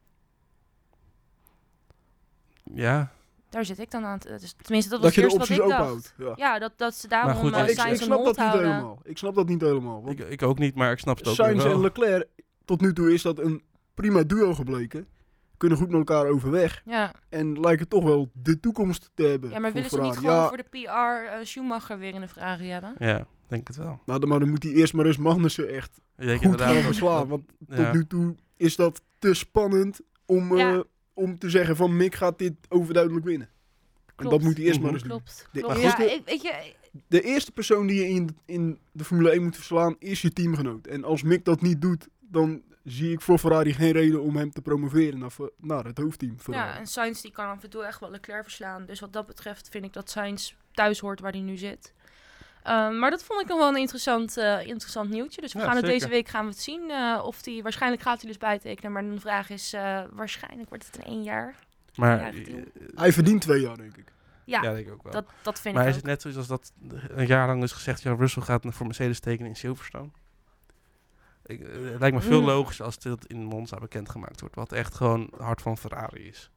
Speaker 1: Ja,
Speaker 2: Daar zit ik dan aan. Te, dus, tenminste, dat was
Speaker 3: Dat je de
Speaker 2: eerst wat
Speaker 3: opties
Speaker 2: ik
Speaker 3: open
Speaker 2: dacht.
Speaker 3: houdt. Ja.
Speaker 2: Ja, dat, dat ze daarom
Speaker 1: Maar goed,
Speaker 2: uh,
Speaker 1: ja,
Speaker 3: ik,
Speaker 2: Sainz
Speaker 3: ik
Speaker 2: een
Speaker 3: snap
Speaker 2: hold
Speaker 3: dat niet
Speaker 2: houden.
Speaker 3: helemaal. Ik snap dat niet helemaal. Want
Speaker 1: ik, ik ook niet, maar ik snap het ook weer
Speaker 3: Sainz
Speaker 1: wel.
Speaker 3: en Leclerc, tot nu toe is dat een prima duo gebleken. Kunnen goed met elkaar overweg.
Speaker 2: Ja.
Speaker 3: En lijken toch wel de toekomst te hebben.
Speaker 2: ja, maar
Speaker 3: voor
Speaker 2: willen ze niet
Speaker 3: Ferrari.
Speaker 2: gewoon
Speaker 3: Ja,
Speaker 2: voor de P R uh, Schumacher weer in de Ferrari hebben?
Speaker 1: Ja, denk het wel.
Speaker 3: nou, dan, maar dan moet hij eerst maar eens Magnussen echt
Speaker 1: Ik denk
Speaker 3: goed
Speaker 1: inderdaad
Speaker 3: gaan
Speaker 1: dat-
Speaker 3: verslaan. Want
Speaker 1: ja.
Speaker 3: tot nu toe is dat te spannend om, uh,
Speaker 2: Ja.
Speaker 3: om te zeggen van Mick gaat dit overduidelijk winnen. En
Speaker 2: Klopt.
Speaker 3: dat moet hij eerst
Speaker 1: Mhm.
Speaker 3: maar eens doen.
Speaker 2: Klopt.
Speaker 3: De-
Speaker 2: Klopt.
Speaker 3: maar
Speaker 2: Ja,
Speaker 3: goed, de-
Speaker 2: ik, weet je,
Speaker 3: De eerste persoon die je in, in de Formule één moet verslaan is je teamgenoot. En als Mick dat niet doet, dan zie ik voor Ferrari geen reden om hem te promoveren naar, Fer- naar het hoofdteam. Ferrari.
Speaker 2: ja, en Sainz die kan af en toe echt wel Leclerc verslaan. Dus wat dat betreft vind ik dat Sainz thuis hoort waar hij nu zit. Um, maar dat vond ik nog wel een interessant, uh, interessant nieuwtje. Dus we
Speaker 1: Ja,
Speaker 2: gaan het
Speaker 1: zeker.
Speaker 2: deze week gaan we het zien. Uh, of die, waarschijnlijk gaat hij dus bijtekenen. Maar de vraag is, uh, waarschijnlijk wordt het in één jaar.
Speaker 1: Maar,
Speaker 2: Ja, deal.
Speaker 1: eh,
Speaker 3: Hij verdient twee jaar, denk ik.
Speaker 2: Ja,
Speaker 1: ja, denk ik ook wel.
Speaker 2: dat, dat vind
Speaker 1: maar
Speaker 2: ik
Speaker 1: is
Speaker 2: ook.
Speaker 1: het net zoals als dat een jaar lang is gezegd, ja, Russell gaat voor Mercedes tekenen in Silverstone? Ik, eh, het lijkt me veel
Speaker 2: Mm.
Speaker 1: logischer als dit in Monza bekendgemaakt wordt, wat echt gewoon hart van Ferrari is.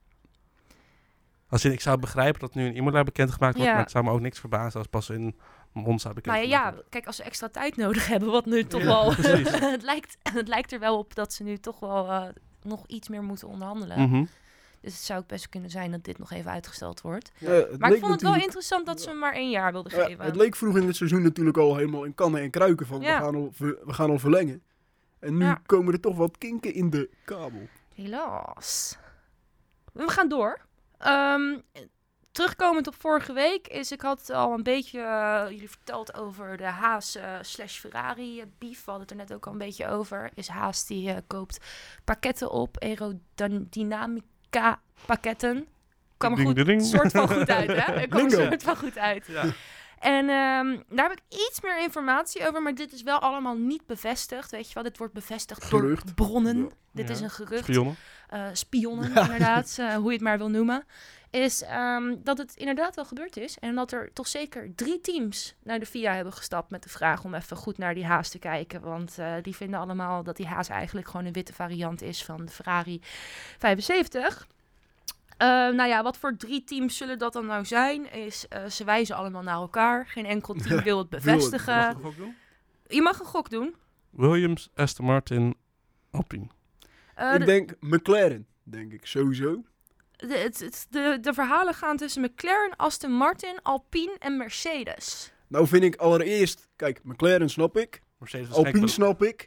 Speaker 1: Als in, ik zou begrijpen dat nu in Imola bekendgemaakt wordt,
Speaker 2: Ja.
Speaker 1: maar het zou me ook niks verbazen als pas in Monza
Speaker 2: Maar
Speaker 1: bekendgemaakt
Speaker 2: ja,
Speaker 1: wordt.
Speaker 2: kijk, als ze extra tijd nodig hebben, wat nu toch
Speaker 1: Ja,
Speaker 2: wel...
Speaker 1: precies.
Speaker 2: het, lijkt, het lijkt er wel op dat ze nu toch wel uh, nog iets meer moeten onderhandelen.
Speaker 1: Mhm.
Speaker 2: Dus het zou ook best kunnen zijn dat dit nog even uitgesteld wordt.
Speaker 3: Ja, het
Speaker 2: Maar ik
Speaker 3: leek
Speaker 2: vond het wel
Speaker 3: natuurlijk-
Speaker 2: interessant dat ze hem maar één jaar wilden
Speaker 3: Ja,
Speaker 2: geven.
Speaker 3: het leek vroeg in het seizoen natuurlijk al helemaal in kannen en kruiken van
Speaker 2: Ja.
Speaker 3: we, gaan al, ver- we gaan al verlengen. En nu
Speaker 2: Ja.
Speaker 3: komen er toch wat kinken in de kabel.
Speaker 2: Helaas. We gaan door. Um, terugkomend op vorige week is, ik had al een beetje uh, jullie verteld over de Haas uh, slash Ferrari uh, beef. We hadden het er net ook al een beetje over. Is Haas die uh, koopt pakketten op, aerodynamica pakketten. Kwam er
Speaker 1: Ding,
Speaker 2: goed,
Speaker 1: ding, ding.
Speaker 2: soort van goed uit, hè? Er kwam een
Speaker 3: Lingo.
Speaker 2: soort van goed uit.
Speaker 1: Ja.
Speaker 2: En um, daar heb ik iets meer informatie over, maar dit is wel allemaal niet bevestigd. Weet je wel, dit wordt bevestigd
Speaker 3: Gerucht.
Speaker 2: door bronnen.
Speaker 3: Ja.
Speaker 2: Dit
Speaker 1: Ja.
Speaker 2: is een gerucht.
Speaker 1: Spionnen.
Speaker 2: Uh, spionnen, inderdaad, uh, hoe je het maar wil noemen. Is um, dat het inderdaad wel gebeurd is. En dat er toch zeker drie teams naar de F I A hebben gestapt met de vraag om even goed naar die Haas te kijken. Want uh, die vinden allemaal dat die Haas eigenlijk gewoon een witte variant is van de Ferrari vijfenzeventig. Uh, nou ja, wat voor drie teams zullen dat dan nou zijn? Is, uh, ze wijzen allemaal naar elkaar. Geen enkel team wil het bevestigen.
Speaker 1: Mag ik een gok doen?
Speaker 2: Je mag een gok doen.
Speaker 1: Williams, Aston Martin, Alpine.
Speaker 2: Uh,
Speaker 3: ik
Speaker 2: de,
Speaker 3: denk McLaren, denk ik, sowieso.
Speaker 2: de, het, het, de, de verhalen gaan tussen McLaren, Aston Martin, Alpine en Mercedes.
Speaker 3: Nou vind ik allereerst, kijk, McLaren snap ik.
Speaker 1: Mercedes is
Speaker 3: Alpine
Speaker 1: gek,
Speaker 3: snap ik.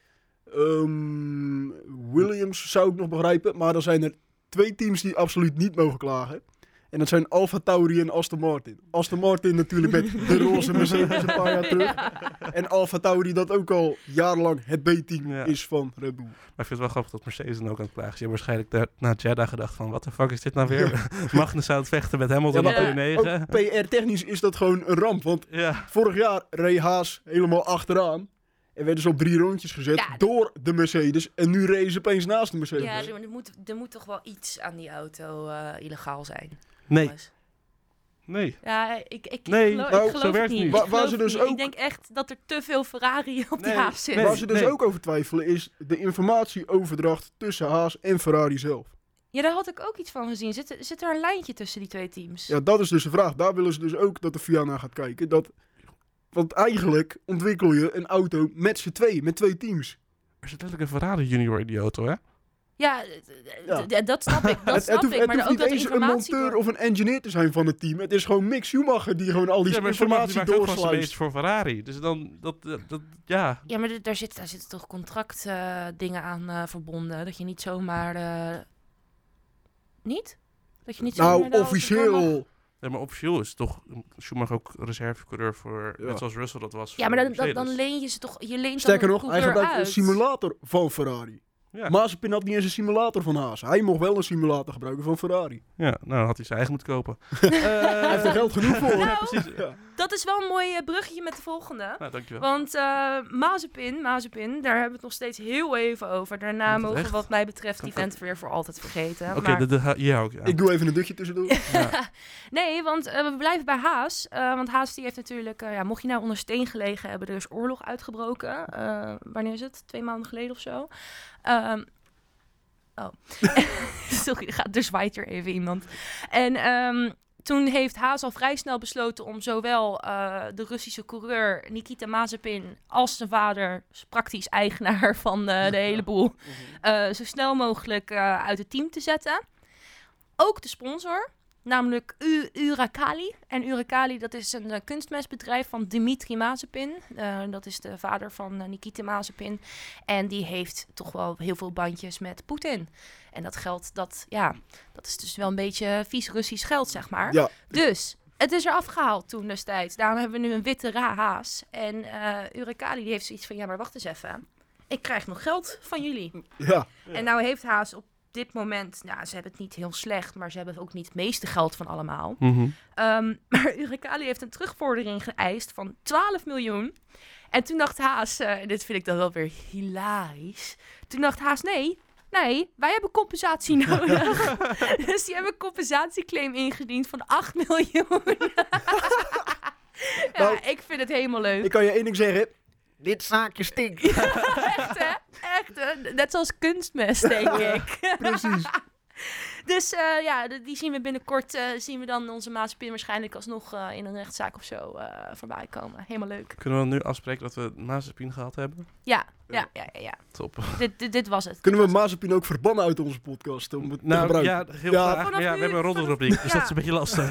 Speaker 3: Um, Williams zou ik nog begrijpen. Maar er zijn er twee teams die absoluut niet mogen klagen. En dat zijn Alfa Tauri en Aston Martin. Aston Martin natuurlijk met de roze Mercedes een paar jaar terug. En Alfa Tauri dat ook al jarenlang het B-team
Speaker 1: Ja.
Speaker 3: is van Red Bull.
Speaker 1: Maar ik vind het wel grappig dat Mercedes dan ook aan het klagen is. Je hebt waarschijnlijk daar, na Jeddah gedacht van, wat de fuck is dit nou weer? Magnus zou het vechten met Hamilton
Speaker 3: Ja,
Speaker 1: op
Speaker 2: maar-
Speaker 1: P negen.
Speaker 3: Ook P R-technisch is dat gewoon een ramp. Want
Speaker 1: Ja,
Speaker 3: vorig jaar reed Haas helemaal achteraan. En werden ze op drie rondjes gezet
Speaker 2: Ja, d-
Speaker 3: door de Mercedes. En nu reden ze opeens naast de Mercedes.
Speaker 2: Ja, er, er moet, er moet toch wel iets aan die auto uh, illegaal zijn.
Speaker 1: nee,
Speaker 2: jongens.
Speaker 1: nee.
Speaker 2: Ja, ik, ik,
Speaker 1: Nee,
Speaker 2: ik geloof,
Speaker 3: nou,
Speaker 2: ik
Speaker 3: zo
Speaker 2: geloof
Speaker 1: werkt
Speaker 2: het
Speaker 1: het
Speaker 2: niet.
Speaker 1: niet.
Speaker 2: Ik
Speaker 3: Waar- waar
Speaker 2: geloof
Speaker 3: ze
Speaker 2: het
Speaker 3: dus
Speaker 2: niet.
Speaker 3: ook-
Speaker 2: Ik denk echt dat er te veel Ferrari op
Speaker 1: Nee,
Speaker 2: die Haas zit.
Speaker 1: nee.
Speaker 3: Waar ze dus
Speaker 1: nee.
Speaker 3: ook over twijfelen is de informatieoverdracht tussen Haas en Ferrari zelf.
Speaker 2: Ja, daar had ik ook iets van gezien. Zit, zit er een lijntje tussen die twee teams?
Speaker 3: Ja, dat is dus de vraag. Daar willen ze dus ook dat de V I A naar gaat kijken. Dat, want eigenlijk ontwikkel je een auto met z'n tweeën, met twee teams.
Speaker 1: Er zit letterlijk een Ferrari junior in die auto, hè?
Speaker 2: Ja, d- d-
Speaker 3: Ja.
Speaker 2: d- dat snap ik. Dat
Speaker 3: Het,
Speaker 2: snap
Speaker 3: het hoeft,
Speaker 2: ik.
Speaker 3: het
Speaker 2: Maar
Speaker 3: hoeft
Speaker 2: ook
Speaker 3: niet
Speaker 2: dat de
Speaker 3: eens een
Speaker 2: informatie...
Speaker 3: monteur
Speaker 2: door-
Speaker 3: of een engineer te zijn van het team. Het is gewoon Mick Schumacher die gewoon al die
Speaker 1: Ja, maar Schumacher die
Speaker 3: informatie
Speaker 1: maakt ook gewoon zijn
Speaker 3: doorsluist.
Speaker 1: race voor Ferrari. Dus dan, dat, dat, dat ja.
Speaker 2: Ja, maar d- daar, zit, daar zitten toch contractdingen dingen aan eh, verbonden. Dat je niet zomaar... eh, Niet? Dat je niet zomaar...
Speaker 3: Nou,
Speaker 2: de auto door mag-
Speaker 3: officieel.
Speaker 1: Ja, maar officieel is toch Schumacher ook reservecoureur voor,
Speaker 3: Ja.
Speaker 1: net zoals Russell dat was.
Speaker 2: Ja,
Speaker 1: voor
Speaker 2: maar dan, dan,
Speaker 1: Mercedes.
Speaker 2: dan leen je ze toch... Je leent
Speaker 3: Sterker
Speaker 2: dan
Speaker 3: nog,
Speaker 2: een
Speaker 3: hij
Speaker 2: coureur
Speaker 3: gebruikt een
Speaker 2: uit.
Speaker 3: simulator van Ferrari.
Speaker 1: Ja.
Speaker 3: Mazepin had niet eens een simulator van Haas. Hij mocht wel een simulator gebruiken van Ferrari.
Speaker 1: Ja, nou dan had hij zijn eigen moeten kopen.
Speaker 3: Hij heeft er geld genoeg voor.
Speaker 2: Nou,
Speaker 1: Precies.
Speaker 3: Ja.
Speaker 2: Dat is wel een mooi eh, bruggetje met de volgende.
Speaker 1: Nou, dankjewel.
Speaker 2: Want eh Mazepin, Mazepin, daar hebben we het nog steeds heel even over. Daarna
Speaker 1: Is het
Speaker 2: mogen we
Speaker 1: echt?
Speaker 2: wat mij betreft die vent weer voor altijd vergeten.
Speaker 1: Oké,
Speaker 2: maar...
Speaker 1: de- de- hier hou ik aan.
Speaker 3: Ik doe even een dutje tussendoor.
Speaker 1: Ja.
Speaker 2: Nee, want eh, we blijven bij Haas. Eh, want Haas die heeft natuurlijk, eh, ja, mocht je nou onder steen gelegen hebben, er is oorlog uitgebroken. Eh, wanneer is het? Twee maanden geleden of zo. Ehm, oh, sorry, er, gaat, er zwaait er even iemand. En ehm, toen heeft Haas al vrij snel besloten om zowel eh, de Russische coureur Nikita Mazepin als zijn vader, praktisch eigenaar van eh, de hele boel, eh, zo snel mogelijk eh, uit het team te zetten. Ook de sponsor. Namelijk U- Urakali. En Urakali, dat is een uh, kunstmestbedrijf van Dimitri Mazepin. Uh, dat is de vader van uh, Nikita Mazepin. En die heeft toch wel heel veel bandjes met Poetin. En dat geld, dat, ja, dat is dus wel een beetje vies Russisch geld, zeg maar.
Speaker 3: Ja,
Speaker 2: Dus, het is er afgehaald toen destijds. Daarom hebben we nu een witte ra Haas. En uh, Urakali die heeft zoiets van, ja, maar wacht eens even. Ik krijg nog geld van jullie.
Speaker 3: ja.
Speaker 2: En nou heeft Haas op dit moment, nou, ze hebben het niet heel slecht, maar ze hebben ook niet het meeste geld van allemaal.
Speaker 1: Mhm.
Speaker 2: Um, maar Urakali heeft een terugvordering geëist van twaalf miljoen. En toen dacht Haas, uh, en dit vind ik dan wel weer hilarisch. Toen dacht Haas, nee, nee, wij hebben compensatie nodig. Dus die hebben een compensatieclaim ingediend van acht miljoen. Ja,
Speaker 3: Nou,
Speaker 2: ik vind het helemaal leuk.
Speaker 3: Ik kan je één ding zeggen. Dit zaakje stinkt.
Speaker 2: Echt hè? Echt hè? Net zoals kunstmest, denk ik.
Speaker 3: Precies.
Speaker 2: Dus uh, ja, de, die zien we binnenkort, uh, zien we dan onze Mazepin waarschijnlijk alsnog uh, in een rechtszaak of zo uh, voorbij komen. Helemaal leuk.
Speaker 1: Kunnen we nu afspreken dat we Mazepin gehad hebben?
Speaker 2: Ja, ja, ja, ja. ja.
Speaker 1: Top.
Speaker 2: Dit, dit, dit was het.
Speaker 3: Kunnen we Mazepin ook verbannen uit onze podcast om het te
Speaker 1: Nou
Speaker 3: gebruiken?
Speaker 1: ja, heel
Speaker 3: Ja.
Speaker 1: graag. Maar
Speaker 2: Vanaf
Speaker 1: ja,
Speaker 2: nu-
Speaker 1: we hebben een roddelrubriek, dus
Speaker 2: ja.
Speaker 1: dat is een beetje lastig.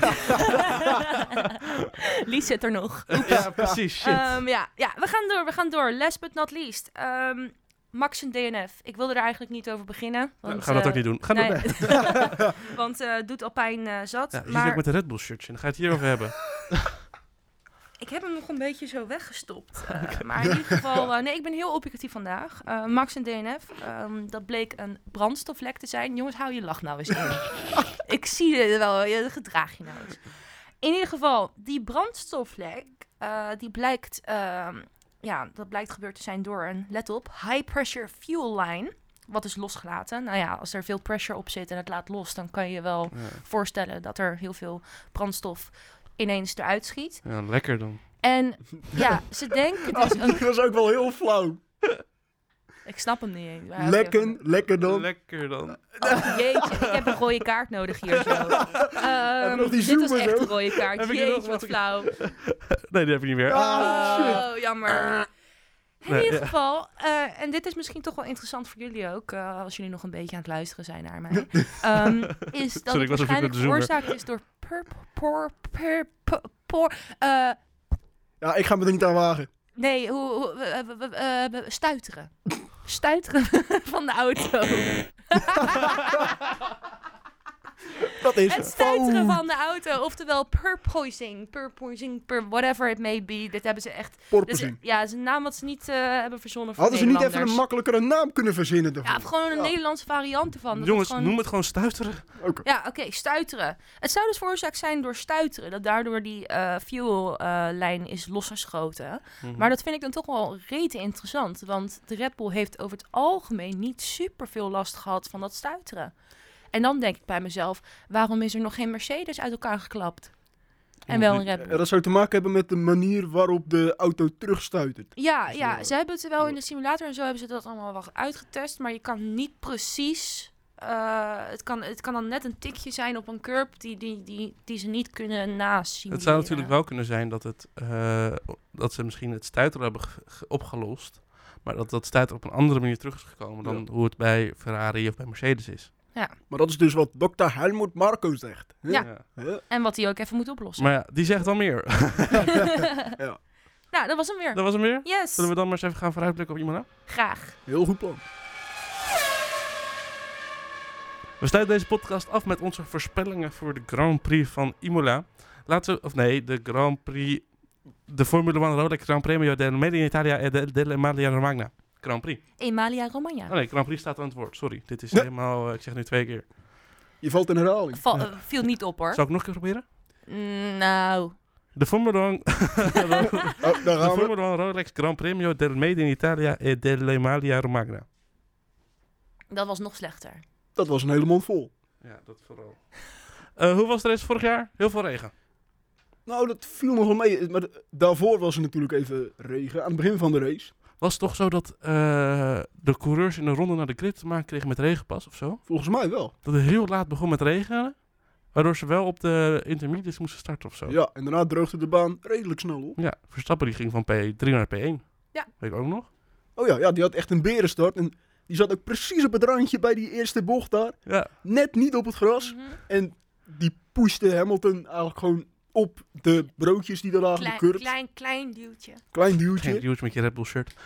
Speaker 2: Lies zit er nog.
Speaker 1: Ja, precies. Shit.
Speaker 2: Um, ja, ja, we gaan door, we gaan door. Last but not least. Um, Max en D N F. Ik wilde er eigenlijk niet over beginnen. Want,
Speaker 1: Nou, gaan we dat
Speaker 2: uh,
Speaker 1: ook niet doen. Ga
Speaker 2: nee.
Speaker 1: door.
Speaker 2: Want uh, doet Alpijn uh, zat.
Speaker 1: Ja, je zit
Speaker 2: maar
Speaker 1: ook met een Red Bull shirtje. Dan ga je het hierover hebben.
Speaker 2: ik heb hem nog een beetje zo weggestopt. Uh, maar in ieder geval... Uh, nee, ik ben heel objectief vandaag. Uh, Max en D N F. Um, dat bleek een brandstoflek te zijn. Jongens, hou je lach nou eens in. Ik zie het wel. Je gedraag je nou eens. In ieder geval, die brandstoflek... Uh, die blijkt... Uh, ja, dat blijkt gebeurd te zijn door een, let op, high pressure fuel line. Wat is losgelaten. Nou ja, als er veel pressure op zit en het laat los, dan kan je je wel
Speaker 1: Ja,
Speaker 2: voorstellen dat er heel veel brandstof ineens eruit schiet.
Speaker 1: ja, lekker dan.
Speaker 2: En ja, ze denken dus...
Speaker 3: Dat was ook wel heel flauw.
Speaker 2: Ik snap hem niet eens. Maar oké,
Speaker 3: Lekker, lekker dan.
Speaker 1: Lekker dan.
Speaker 2: Oh, jeetje, ik heb een rode kaart nodig hier zo. Um,
Speaker 3: nog die
Speaker 2: dit was
Speaker 3: zoomer
Speaker 2: echt
Speaker 3: zo?
Speaker 2: een rode kaart.
Speaker 1: Heb ik er nog
Speaker 2: Jeetje, wat
Speaker 1: wat?
Speaker 2: flauw.
Speaker 1: Nee, die heb je niet meer.
Speaker 3: Ah, shit.
Speaker 2: Oh, jammer. In
Speaker 1: Nee,
Speaker 2: ieder
Speaker 1: ja.
Speaker 2: geval, uh, en dit is misschien toch wel interessant voor jullie ook, uh, als jullie nog een beetje aan het luisteren zijn naar mij, um, is dat
Speaker 1: Sorry, ik
Speaker 2: het
Speaker 1: was op zoek naar
Speaker 2: waarschijnlijk
Speaker 1: de zoomer.
Speaker 2: veroorzaakt is door pur, por, per, por, por, uh,
Speaker 3: Ja, ik ga me er niet aan wagen.
Speaker 2: nee, hoe, hoe uh, uh, uh, uh, stuiteren. Stuiteren van de auto.
Speaker 3: Dat is
Speaker 2: Het stuiteren
Speaker 3: Oh,
Speaker 2: van de auto, oftewel purposing, purposing, per whatever it may be. Dit hebben ze echt... Dus,
Speaker 3: porpoising.
Speaker 2: ja, het is een naam wat ze niet uh, hebben verzonnen voor
Speaker 3: Hadden ze niet even
Speaker 2: Nederlanders.
Speaker 3: een makkelijkere naam kunnen verzinnen daarvoor?
Speaker 2: Ja, of gewoon een
Speaker 3: Ja.
Speaker 2: Nederlandse variant ervan. Dat
Speaker 1: Jongens,
Speaker 2: het gewoon...
Speaker 1: noem het gewoon stuiteren.
Speaker 3: Oké.
Speaker 2: Ja, oké, okay, stuiteren. Het zou dus veroorzaakt zijn door stuiteren. Dat daardoor die uh, fuellijn uh, is losgeschoten.
Speaker 1: Mhm.
Speaker 2: Maar dat vind ik dan toch wel rete interessant. Want de Red Bull heeft over het algemeen niet super veel last gehad van dat stuiteren. En dan denk ik bij mezelf, waarom is er nog geen Mercedes uit elkaar geklapt? En wel een Red Bull.
Speaker 3: Ja, dat zou te maken hebben met de manier waarop de auto terugstuitert.
Speaker 2: Ja,
Speaker 3: Dus,
Speaker 2: ja,
Speaker 3: uh,
Speaker 2: ze hebben het wel in de simulator en zo hebben ze dat allemaal wel uitgetest. Maar je kan niet precies uh, het, kan, het kan dan net een tikje zijn op een curb die, die, die, die ze niet kunnen nasimuleren.
Speaker 1: Het zou natuurlijk wel kunnen zijn dat, het, uh, dat ze misschien het stuiter hebben ge- ge- opgelost. Maar dat dat stuiter op een andere manier terug is gekomen dan
Speaker 3: Ja.
Speaker 1: hoe het bij Ferrari of bij Mercedes is.
Speaker 2: Ja.
Speaker 3: Maar dat is dus wat dokter Helmut Marko zegt. hè?
Speaker 2: Ja.
Speaker 3: Ja.
Speaker 2: En wat hij ook even moet oplossen.
Speaker 1: Maar ja, die zegt dan meer.
Speaker 3: Ja.
Speaker 2: Nou, dat was hem weer.
Speaker 1: Dat was hem weer.
Speaker 2: Yes.
Speaker 1: Zullen we dan maar eens even gaan vooruitblikken op Imola?
Speaker 2: Graag.
Speaker 3: Heel goed plan.
Speaker 1: We sluiten deze podcast af met onze voorspellingen voor de Grand Prix van Imola. Laten we, of nee, de Grand Prix, de Formule één Rolex Grand Premio del Made in Italia e de- dell'Emilia Romagna. Grand Prix.
Speaker 2: Emilia Romagna.
Speaker 1: Oh nee, Grand Prix staat aan het woord. Sorry, dit is
Speaker 3: Ja.
Speaker 1: helemaal, uh, ik zeg nu twee keer.
Speaker 3: Je valt in herhaling.
Speaker 2: Val, uh, viel niet op hoor.
Speaker 1: Zal ik nog een keer proberen?
Speaker 2: Mm, nou.
Speaker 1: De Formule één
Speaker 3: Oh, daar
Speaker 1: de
Speaker 3: gaan we.
Speaker 1: Formule één Rolex Grand Premio del Made in Italia e dell'Emilia Romagna.
Speaker 2: Dat was nog slechter.
Speaker 3: Dat was een hele mond vol.
Speaker 1: Ja, dat vooral. Uh, hoe was de race vorig jaar? Heel veel regen.
Speaker 3: Nou, dat viel nog wel mee. Maar d- daarvoor was er natuurlijk even regen. Aan het begin van de race.
Speaker 1: Was het toch zo dat uh, de coureurs in de ronde naar de grid te maken kregen met regenpas of zo?
Speaker 3: Volgens mij wel.
Speaker 1: Dat het heel laat begon met regenen, waardoor ze wel op de intermediates moesten starten of zo.
Speaker 3: Ja, en daarna droogde de baan redelijk snel op.
Speaker 1: Ja, Verstappen die ging van P drie naar P één.
Speaker 2: Ja.
Speaker 1: Weet ik ook nog.
Speaker 3: Oh ja, ja, die had echt een berenstart. En die zat ook precies op het randje bij die eerste bocht daar.
Speaker 1: Ja,
Speaker 3: Net niet op het gras.
Speaker 2: Mhm.
Speaker 3: En die pushte Hamilton eigenlijk gewoon op de broodjes die daar lagen.
Speaker 2: Klein,
Speaker 3: de curb.
Speaker 2: klein, klein duwtje.
Speaker 3: Klein duwtje.
Speaker 1: geen duwtje met je Red Bull shirt.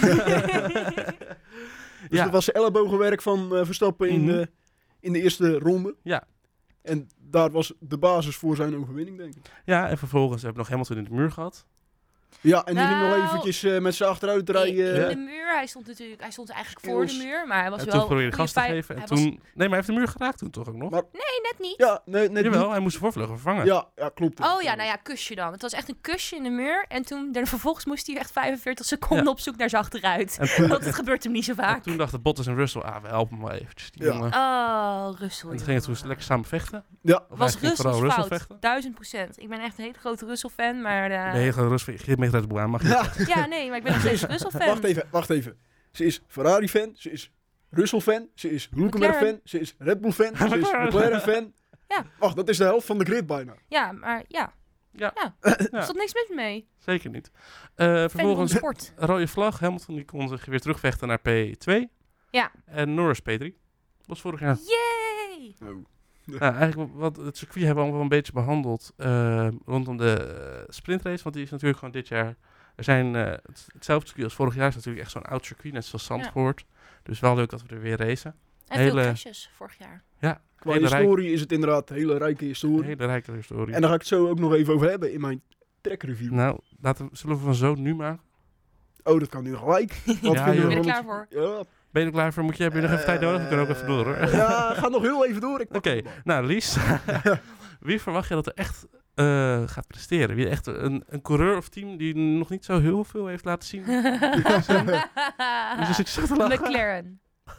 Speaker 3: Dus
Speaker 1: Ja.
Speaker 3: dat was ellebogenwerk van eh, Verstappen in,
Speaker 1: Mhm.
Speaker 3: de, in de eerste ronde.
Speaker 1: Ja.
Speaker 3: En daar was de basis voor zijn overwinning, denk ik.
Speaker 1: Ja, en vervolgens hebben we nog Hamilton in de muur gehad.
Speaker 3: Ja, en die ging nog
Speaker 2: Nou,
Speaker 3: eventjes eh, met zijn achteruit
Speaker 2: In,
Speaker 3: rijden.
Speaker 2: in de muur, hij stond natuurlijk, hij stond eigenlijk voor
Speaker 3: Eels.
Speaker 2: de muur, maar hij was
Speaker 1: En
Speaker 2: wel
Speaker 1: toen probeerde hij
Speaker 2: goede
Speaker 1: gas te
Speaker 2: vijf-
Speaker 1: geven. En
Speaker 2: hij
Speaker 1: toen...
Speaker 2: was-
Speaker 1: Nee, maar hij heeft de muur geraakt toen toch ook nog?
Speaker 3: Maar-
Speaker 2: Nee, net niet.
Speaker 3: Ja, nee, net
Speaker 1: Jawel,
Speaker 3: niet.
Speaker 1: hij moest de voorvleugel vervangen.
Speaker 3: Ja, ja, klopt.
Speaker 2: Oh ja, nou ja, kusje dan. Het was echt een kusje in de muur. En toen, dan, vervolgens moest hij echt vijfenveertig seconden
Speaker 1: Ja.
Speaker 2: op zoek naar zijn achteruit.
Speaker 1: En toen,
Speaker 2: Want het gebeurt hem niet zo
Speaker 1: en
Speaker 2: vaak.
Speaker 1: toen dachten Bottas en Russell, ah, we helpen hem wel eventjes. Die
Speaker 3: Ja.
Speaker 1: jongen.
Speaker 2: Oh, Russell.
Speaker 1: En toen gingen ze
Speaker 2: jongen.
Speaker 1: toen lekker samen vechten.
Speaker 3: Ja,
Speaker 1: Of
Speaker 2: Was
Speaker 1: hij ging vooral
Speaker 2: Russell's
Speaker 1: Russell
Speaker 2: fout.
Speaker 1: vechten.
Speaker 2: Duizend procent. Ik ben echt een hele grote Russell-fan, maar... eh,
Speaker 1: Ben je gewoon Russell? Geef me Red Bull aan, mag je niet.
Speaker 2: Ja, nee, maar ik ben nog steeds Russell-fan.
Speaker 3: wacht even, wacht even. Ze is Ferrari-fan, ze is Russell-fan, ze is Hulkenberg-fan,
Speaker 2: McLaren.
Speaker 3: ze is Red Bull-fan, ze is McLaren-fan.
Speaker 2: Ja.
Speaker 3: Wacht, dat is de helft van de grid bijna.
Speaker 2: Ja, maar ja.
Speaker 1: Ja.
Speaker 2: Ja.
Speaker 1: Ja.
Speaker 2: Er stond niks mis mee.
Speaker 1: Zeker niet. Uh,
Speaker 2: Fan van
Speaker 1: vervolgens
Speaker 2: de sport.
Speaker 1: rode vlag. Hamilton die kon zich weer terugvechten naar P twee.
Speaker 2: Ja.
Speaker 1: En Norris P drie. Dat was vorig jaar.
Speaker 2: Yay!
Speaker 3: Oh.
Speaker 1: Nou, eigenlijk wat het circuit hebben we al wel een beetje behandeld uh, rondom de uh, sprintrace. Want die is natuurlijk gewoon dit jaar... Er zijn uh, het, hetzelfde circuit als vorig jaar. is natuurlijk echt zo'n oud circuit, net zoals Zandvoort. Ja. Dus wel leuk dat we er weer racen.
Speaker 2: En
Speaker 1: hele,
Speaker 2: veel crashes vorig jaar.
Speaker 1: Ja.
Speaker 3: Qua
Speaker 1: hele
Speaker 3: historie
Speaker 1: rijk,
Speaker 3: is het inderdaad een hele rijke historie.
Speaker 1: Een hele rijke historie.
Speaker 3: En daar ga ik het zo ook nog even over hebben in mijn trackreview.
Speaker 1: Nou, laten we, zullen we van zo nu maken?
Speaker 3: Oh, dat kan nu gelijk. Wat
Speaker 1: Ja,
Speaker 3: vinden
Speaker 1: joh.
Speaker 3: we
Speaker 2: Ben je er
Speaker 3: van
Speaker 2: klaar
Speaker 3: het-
Speaker 2: voor?
Speaker 3: Ja.
Speaker 1: Ben je er klaar voor? Moet je, heb je nog even tijd nodig? We kunnen ook even door hoor.
Speaker 3: Eh, Ja, ga nog heel even door.
Speaker 1: Oké, okay. Nou Lies. Wie verwacht je dat er echt uh, gaat presteren? Wie echt een, een coureur of team die nog niet zo heel veel heeft laten zien? Dus ik zeg te lachen.
Speaker 2: McLaren.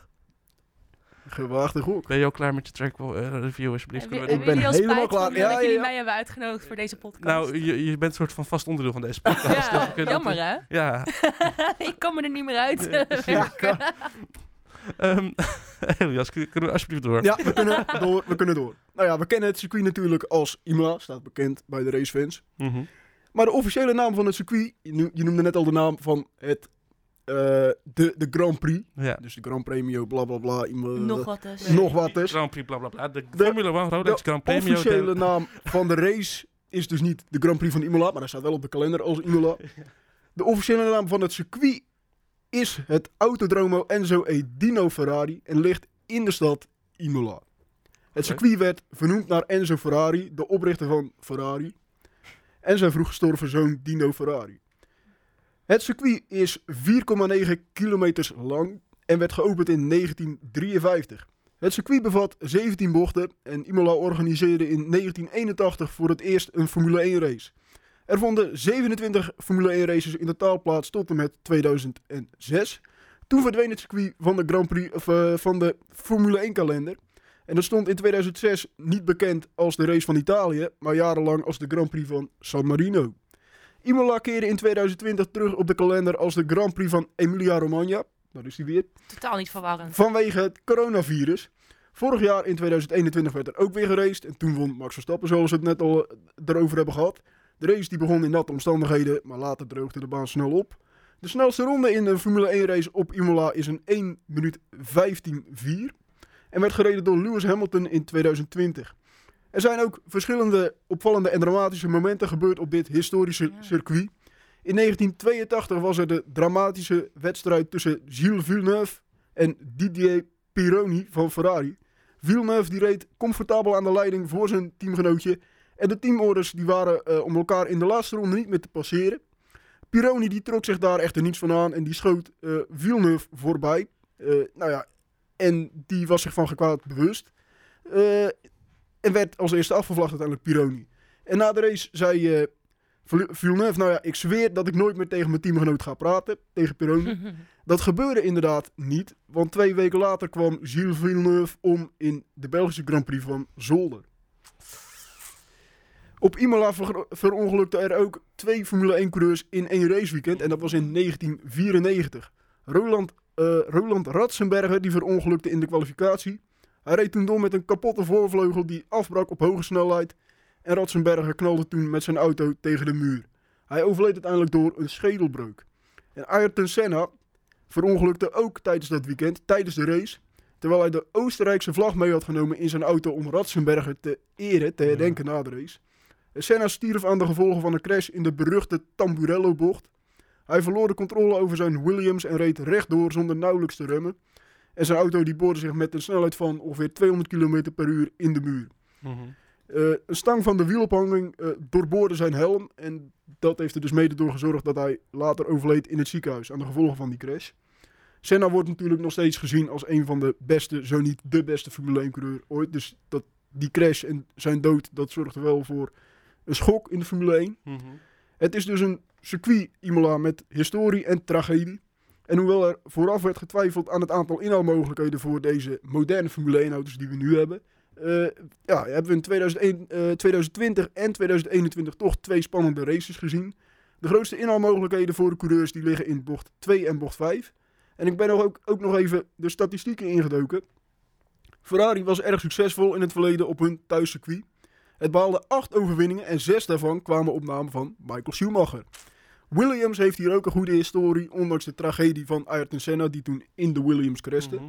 Speaker 3: Gewaagde gok.
Speaker 1: Ben je al klaar met je track uh, review alsjeblieft?
Speaker 2: Hebben
Speaker 1: Kunnen we
Speaker 2: jullie
Speaker 1: doen?
Speaker 3: ben
Speaker 2: al
Speaker 3: helemaal
Speaker 2: spijt van
Speaker 3: klaar.
Speaker 2: me
Speaker 3: Ja,
Speaker 2: dat
Speaker 3: ja,
Speaker 2: jullie
Speaker 3: ja.
Speaker 2: mij hebben uitgenodigd voor deze podcast?
Speaker 1: Nou, je, je bent een soort van vast onderdeel van deze podcast. Dus
Speaker 2: ja,
Speaker 1: we kunnen
Speaker 2: jammer
Speaker 1: dat-
Speaker 2: hè?
Speaker 1: Ja.
Speaker 2: Ik kan me er niet meer uit
Speaker 1: Nee.
Speaker 2: uh, werken.
Speaker 1: Um, Elias, kun- kunnen we alsjeblieft door?
Speaker 3: Ja, we kunnen door. We kunnen door. Nou ja, we kennen het circuit natuurlijk als Imola. Staat bekend bij de racefans.
Speaker 1: Mm-hmm.
Speaker 3: Maar de officiële naam van het circuit, je, no- je noemde net al de naam van het, uh, de, de Grand Prix.
Speaker 1: Ja.
Speaker 3: Dus de Grand Premio, bla bla bla. Imo-
Speaker 2: Nog wat dus.
Speaker 3: Nog wat dus.
Speaker 1: Grand Prix, bla bla bla. De,
Speaker 3: De-
Speaker 1: Formule één Rolex
Speaker 3: De
Speaker 1: Grand Premio.
Speaker 3: officiële
Speaker 1: de-
Speaker 3: naam van de race is dus niet de Grand Prix van Imola, maar hij staat wel op de kalender als Imola. De officiële naam van het circuit is het Autodromo Enzo e Dino Ferrari en ligt in de stad Imola. Het circuit werd vernoemd naar Enzo Ferrari, de oprichter van Ferrari, en zijn vroeg gestorven zoon Dino Ferrari. Het circuit is vier komma negen kilometer lang en werd geopend in negentien drieënvijftig. Het circuit bevat zeventien bochten en Imola organiseerde in negentien eenentachtig voor het eerst een Formule één race. Er vonden zevenentwintig Formule één races in totaal plaats tot en met tweeduizend zes. Toen verdween het circuit van de, Grand Prix, of, uh, van de Formule één kalender. En dat stond in tweeduizend zes niet bekend als de race van Italië, maar jarenlang als de Grand Prix van San Marino. Imola keerde in tweeduizend twintig terug op de kalender als de Grand Prix van Emilia-Romagna. Daar is hij weer.
Speaker 2: Totaal niet verwarrend.
Speaker 3: Vanwege het coronavirus. Vorig jaar in tweeduizend eenentwintig werd er ook weer geraced. En toen won Max Verstappen, zoals we het net al uh, erover hebben gehad. De race die begon in natte omstandigheden, maar later droogde de baan snel op. De snelste ronde in de Formule één race op Imola is een één minuut vijftien vier. En werd gereden door Lewis Hamilton in tweeduizend twintig. Er zijn ook verschillende opvallende en dramatische momenten gebeurd op dit historische
Speaker 2: Ja.
Speaker 3: circuit. In negentien tweeëntachtig was er de dramatische wedstrijd tussen Gilles Villeneuve en Didier Pironi van Ferrari. Villeneuve die reed comfortabel aan de leiding voor zijn teamgenootje. En de teamorders die waren uh, om elkaar in de laatste ronde niet meer te passeren. Pironi die trok zich daar echter niets van aan en die schoot uh, Villeneuve voorbij. Uh, nou ja, en die was zich van gekwaad bewust. Uh, en werd als eerste afgevlagd uiteindelijk Pironi. En na de race zei uh, Villeneuve, nou ja, ik zweer dat ik nooit meer tegen mijn teamgenoot ga praten, tegen Pironi. Dat gebeurde inderdaad niet, want twee weken later kwam Gilles Villeneuve om in de Belgische Grand Prix van Zolder. Op Imola ver- verongelukten er ook twee Formule één coureurs in één raceweekend en dat was in negentien vierennegentig. Roland, uh, Roland Ratzenberger die verongelukte in de kwalificatie. Hij reed toen door met een kapotte voorvleugel die afbrak op hoge snelheid en Ratzenberger knalde toen met zijn auto tegen de muur. Hij overleed uiteindelijk door een schedelbreuk. En Ayrton Senna verongelukte ook tijdens dat weekend, tijdens de race, terwijl hij de Oostenrijkse vlag mee had genomen in zijn auto om Ratzenberger te eren, te herdenken na de race. Senna stierf aan de gevolgen van een crash in de beruchte Tamburello-bocht. Hij verloor de controle over zijn Williams en reed rechtdoor zonder nauwelijks te remmen. En zijn auto die boorde zich met een snelheid van ongeveer tweehonderd kilometer per uur in de muur.
Speaker 1: Mm-hmm.
Speaker 3: Uh, een stang van de wielophanging uh, doorboorde zijn helm en dat heeft er dus mede door gezorgd dat hij later overleed in het ziekenhuis aan de gevolgen van die crash. Senna wordt natuurlijk nog steeds gezien als een van de beste, zo niet de beste Formule één coureur ooit. Dus dat, die crash en zijn dood, dat zorgde wel voor een schok in de Formule één.
Speaker 1: Mm-hmm.
Speaker 3: Het is dus een circuit Imola met historie en tragedie. En hoewel er vooraf werd getwijfeld aan het aantal inhaalmogelijkheden voor deze moderne Formule één auto's die we nu hebben, Uh, ja, hebben we in tweeduizend één, uh, tweeduizend twintig en tweeduizend eenentwintig toch twee spannende races gezien. De grootste inhaalmogelijkheden voor de coureurs die liggen in bocht twee en bocht vijf. En ik ben er ook, ook nog even de statistieken ingedoken. Ferrari was erg succesvol in het verleden op hun thuiscircuit. Het behaalde acht overwinningen en zes daarvan kwamen op naam van Michael Schumacher. Williams heeft hier ook een goede historie, ondanks de tragedie van Ayrton Senna die toen in de Williams crashte.
Speaker 1: Mm-hmm.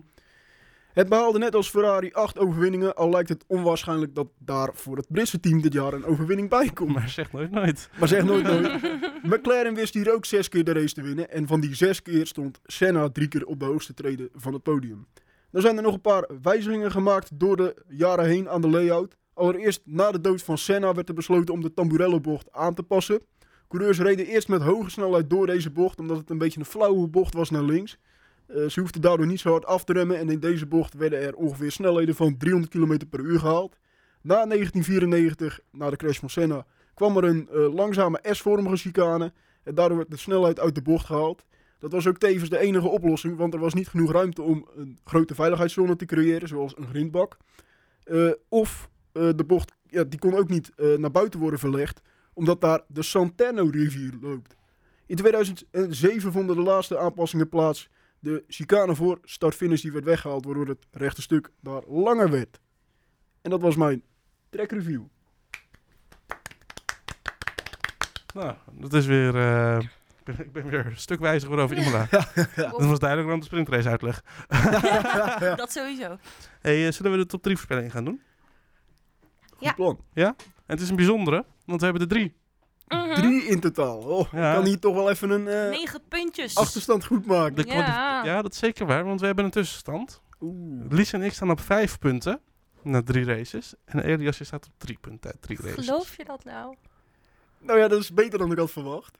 Speaker 3: Het behaalde net als Ferrari acht overwinningen, al lijkt het onwaarschijnlijk dat daar voor het Britse team dit jaar een overwinning bij komt.
Speaker 1: Maar zeg nooit nooit.
Speaker 3: Maar zeg nooit nooit. McLaren wist hier ook zes keer de race te winnen en van die zes keer stond Senna drie keer op de hoogste trede van het podium. Dan zijn er nog een paar wijzigingen gemaakt door de jaren heen aan de layout. Allereerst na de dood van Senna werd er besloten om de Tamburello-bocht aan te passen. Coureurs reden eerst met hoge snelheid door deze bocht, omdat het een beetje een flauwe bocht was naar links. Uh, ze hoefden daardoor niet zo hard af te remmen en in deze bocht werden er ongeveer snelheden van driehonderd kilometer per uur gehaald. Na negentien vierennegentig, na de crash van Senna, kwam er een uh, langzame S-vormige chicane en daardoor werd de snelheid uit de bocht gehaald. Dat was ook tevens de enige oplossing, want er was niet genoeg ruimte om een grote veiligheidszone te creëren, zoals een grindbak. Uh, of uh, de bocht, ja, die kon ook niet uh, naar buiten worden verlegd, omdat daar de Santerno-rivier loopt. In tweeduizend zeven vonden de laatste aanpassingen plaats. De chicane voor start-finish die werd weggehaald, waardoor het rechte stuk daar langer werd. En dat was mijn track review.
Speaker 1: Nou, dat is weer... Uh, ik, ben, ik ben weer een stuk wijzer geworden over Imola.
Speaker 3: Ja, ja.
Speaker 1: Dat was duidelijk rond de sprintrace uitleg.
Speaker 2: Dat sowieso.
Speaker 1: Hey, uh, zullen we de top drie voorspellingen gaan doen?
Speaker 3: Goed
Speaker 2: Ja.
Speaker 3: plan.
Speaker 1: En het is een bijzondere, want we hebben er drie.
Speaker 2: Mhm.
Speaker 3: Drie in totaal. Oh,
Speaker 1: Ja.
Speaker 3: Ik kan hier toch wel even een uh,
Speaker 2: Negen puntjes.
Speaker 3: achterstand goed maken.
Speaker 1: De kwalif-
Speaker 2: Ja.
Speaker 1: ja, dat is zeker waar, want we hebben een tussenstand.
Speaker 3: Oeh.
Speaker 1: Lies en ik staan op vijf punten na drie races. En Elias je staat op drie punten uit drie races.
Speaker 2: Geloof je dat nou?
Speaker 3: Nou ja, dat is beter dan ik had verwacht.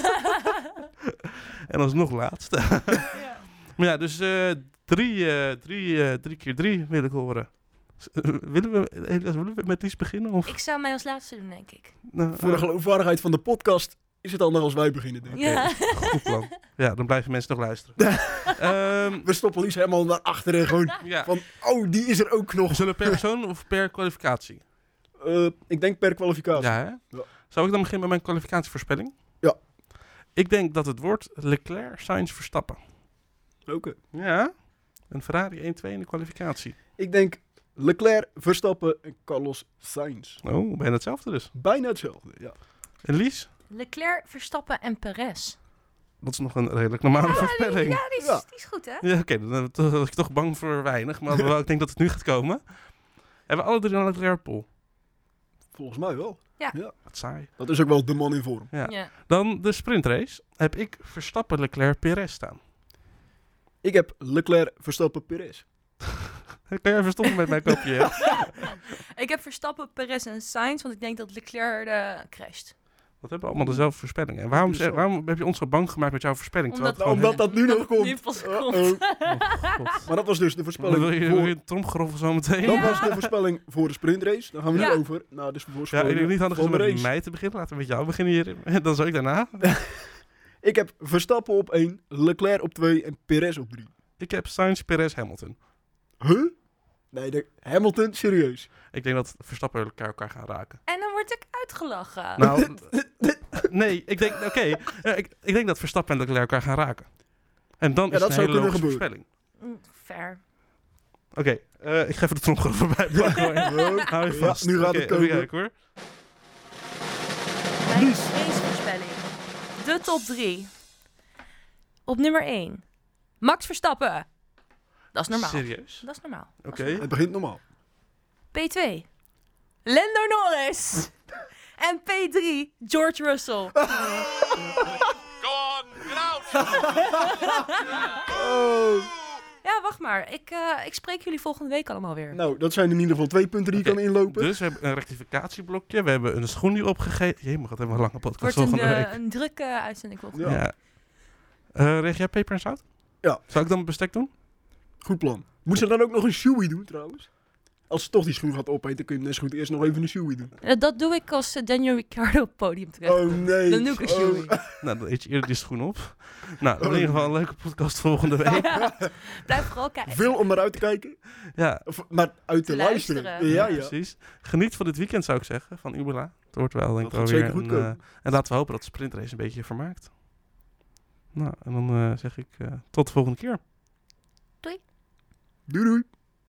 Speaker 1: En alsnog laatste.
Speaker 2: Ja.
Speaker 1: Maar ja, dus uh, drie, uh, drie, uh, drie keer drie wil ik horen. S- uh, willen, we, Elias, willen we met Lies beginnen? Of?
Speaker 2: Ik zou mij als laatste doen, denk ik.
Speaker 1: Nou,
Speaker 3: Voor de
Speaker 1: uh,
Speaker 3: geloofwaardigheid van de podcast is het anders als wij beginnen, denk ik.
Speaker 1: Oké.
Speaker 2: Ja.
Speaker 1: goed plan. Ja, dan blijven mensen nog luisteren. Ehm,
Speaker 3: We stoppen Lies helemaal naar achteren. Gewoon
Speaker 1: ja.
Speaker 3: van, oh, die is er ook nog.
Speaker 1: Zullen we per persoon of per kwalificatie?
Speaker 3: Uh, ik denk per kwalificatie.
Speaker 1: Ja, hè?
Speaker 3: Ja.
Speaker 1: Zou ik dan beginnen met mijn kwalificatievoorspelling?
Speaker 3: Ja.
Speaker 1: Ik denk dat het wordt Leclerc, Sainz, Verstappen.
Speaker 3: Oké.
Speaker 1: Ja. Een Ferrari één twee in de kwalificatie.
Speaker 3: Ik denk Leclerc, Verstappen en Carlos Sainz.
Speaker 1: Oh, bijna hetzelfde dus.
Speaker 3: Bijna hetzelfde, ja.
Speaker 1: En Lies?
Speaker 2: Leclerc, Verstappen en Perez.
Speaker 1: Dat is nog een redelijk normale voorspelling.
Speaker 2: Ja, die is,
Speaker 3: Ja.
Speaker 2: die is goed, hè?
Speaker 1: Ja, oké, dan dan was ik toch bang voor weinig. Maar wel, ik denk dat het nu gaat komen. Hebben we alle drie een Leclerc pol?
Speaker 3: Volgens mij wel.
Speaker 1: Wat saai.
Speaker 3: Dat is ook wel de man in vorm.
Speaker 1: Ja.
Speaker 2: Ja.
Speaker 1: Dan de sprintrace. Heb ik Verstappen, Leclerc, Perez staan.
Speaker 3: Ik heb Leclerc, Verstappen, Perez.
Speaker 1: Kan jij even stoppen met mijn kopje?
Speaker 2: Ik heb Verstappen, Perez en Sainz, want ik denk dat Leclerc uh, crasht.
Speaker 1: Dat hebben we allemaal dezelfde voorspellingen. En waarom, zeg- waarom heb je ons zo bang gemaakt met jouw voorspelling?
Speaker 2: Omdat-
Speaker 1: terwijl het
Speaker 3: Nou, omdat dat nu nog komt.
Speaker 2: Nu pas
Speaker 3: Uh-oh.
Speaker 2: komt.
Speaker 1: gewoon- Oh, God.
Speaker 3: Maar dat was dus de
Speaker 1: Wil
Speaker 3: voorspelling
Speaker 1: je, wil
Speaker 3: voor...
Speaker 1: je een tromgeroffel zo meteen?
Speaker 3: Dat
Speaker 2: Ja.
Speaker 3: was de voorspelling voor de sprintrace. Dan gaan we
Speaker 2: Ja.
Speaker 3: nu over naar de
Speaker 1: Ja,
Speaker 3: voorspelling
Speaker 1: ik denk niet handig is
Speaker 3: van
Speaker 1: om
Speaker 3: de
Speaker 1: met
Speaker 3: race.
Speaker 1: mij te beginnen. Laten we met jou beginnen hier. Dan zal ik daarna.
Speaker 3: Ik heb Verstappen op één, Leclerc op twee en Perez op drie.
Speaker 1: Ik heb Sainz, Perez, Hamilton.
Speaker 3: Huh? Nee, de Hamilton, serieus.
Speaker 1: Ik denk dat Verstappen elkaar, elkaar gaan raken.
Speaker 2: En dan word ik uitgelachen.
Speaker 1: Nou, nee, ik denk, oké, eh, ik, ik denk dat Verstappen en Leclerc elkaar gaan raken. En dan
Speaker 3: Ja,
Speaker 1: is
Speaker 3: dat
Speaker 1: het een
Speaker 3: zou
Speaker 1: hele
Speaker 3: kunnen
Speaker 1: logische
Speaker 3: gebeuren.
Speaker 1: voorspelling.
Speaker 2: Mm, Fair.
Speaker 1: Oké, eh, ik ga even de tromgeroffel bij pakken hoor. Hou je
Speaker 3: Ja,
Speaker 1: vast.
Speaker 3: nu gaat
Speaker 1: Oké,
Speaker 3: het
Speaker 1: even
Speaker 3: komen.
Speaker 1: kijken hoor.
Speaker 2: Mijn
Speaker 3: Lies.
Speaker 2: racevoorspelling. De top drie. Op nummer één. Max Verstappen. Dat is normaal.
Speaker 1: Serieus?
Speaker 2: Dat is normaal. Dat
Speaker 1: Oké.
Speaker 2: is normaal.
Speaker 3: Het begint normaal.
Speaker 2: P twee. Lando Norris. En P drie. George Russell.
Speaker 3: Oh.
Speaker 2: Ja, wacht maar. Ik, uh, ik spreek jullie volgende week allemaal weer.
Speaker 3: Nou, dat zijn in ieder geval twee punten die je
Speaker 1: Oké,
Speaker 3: kan inlopen.
Speaker 1: Dus we hebben een rectificatieblokje. We hebben een schoen die opgegeven. Jee, maar gaat even een lange podcast
Speaker 2: Wordt een,
Speaker 1: volgende
Speaker 2: uh,
Speaker 1: week.
Speaker 2: een drukke uitzending volgende
Speaker 3: Ja.
Speaker 1: Ja. Eh Reg jij peper en zout?
Speaker 3: Ja.
Speaker 1: Zou ik dan mijn bestek doen?
Speaker 3: Goed plan. Moet ze dan ook nog een shoey doen trouwens? Als ze toch die schoen gaat opeten, kun je net zo goed eerst nog even een shoey doen.
Speaker 2: week. Uh, dat doe ik als uh, Daniel Ricciardo op het podium terecht.
Speaker 3: Oh nee.
Speaker 2: Dan doe ik een
Speaker 3: Oh.
Speaker 2: shoey.
Speaker 1: Nou, dan eet je eerder die schoen op. Nou, in
Speaker 3: Oh.
Speaker 1: ieder geval een leuke podcast volgende week.
Speaker 2: Ja. Blijf vooral kijken.
Speaker 3: Veel om naar uit te kijken.
Speaker 1: Ja,
Speaker 3: Of naar uit te,
Speaker 2: Te
Speaker 3: luisteren.
Speaker 2: luisteren.
Speaker 3: Ja,
Speaker 1: ja,
Speaker 3: ja.
Speaker 1: precies. Geniet van dit weekend zou ik zeggen, van Imola. Het wordt wel denk ik
Speaker 3: Dat gaat
Speaker 1: wel weer
Speaker 3: zeker goed
Speaker 1: een, eh,
Speaker 3: komen.
Speaker 1: en laten we hopen dat de sprintrace een beetje vermaakt. Nou, en dan eh, zeg ik eh, tot de volgende keer.
Speaker 3: Doei doei.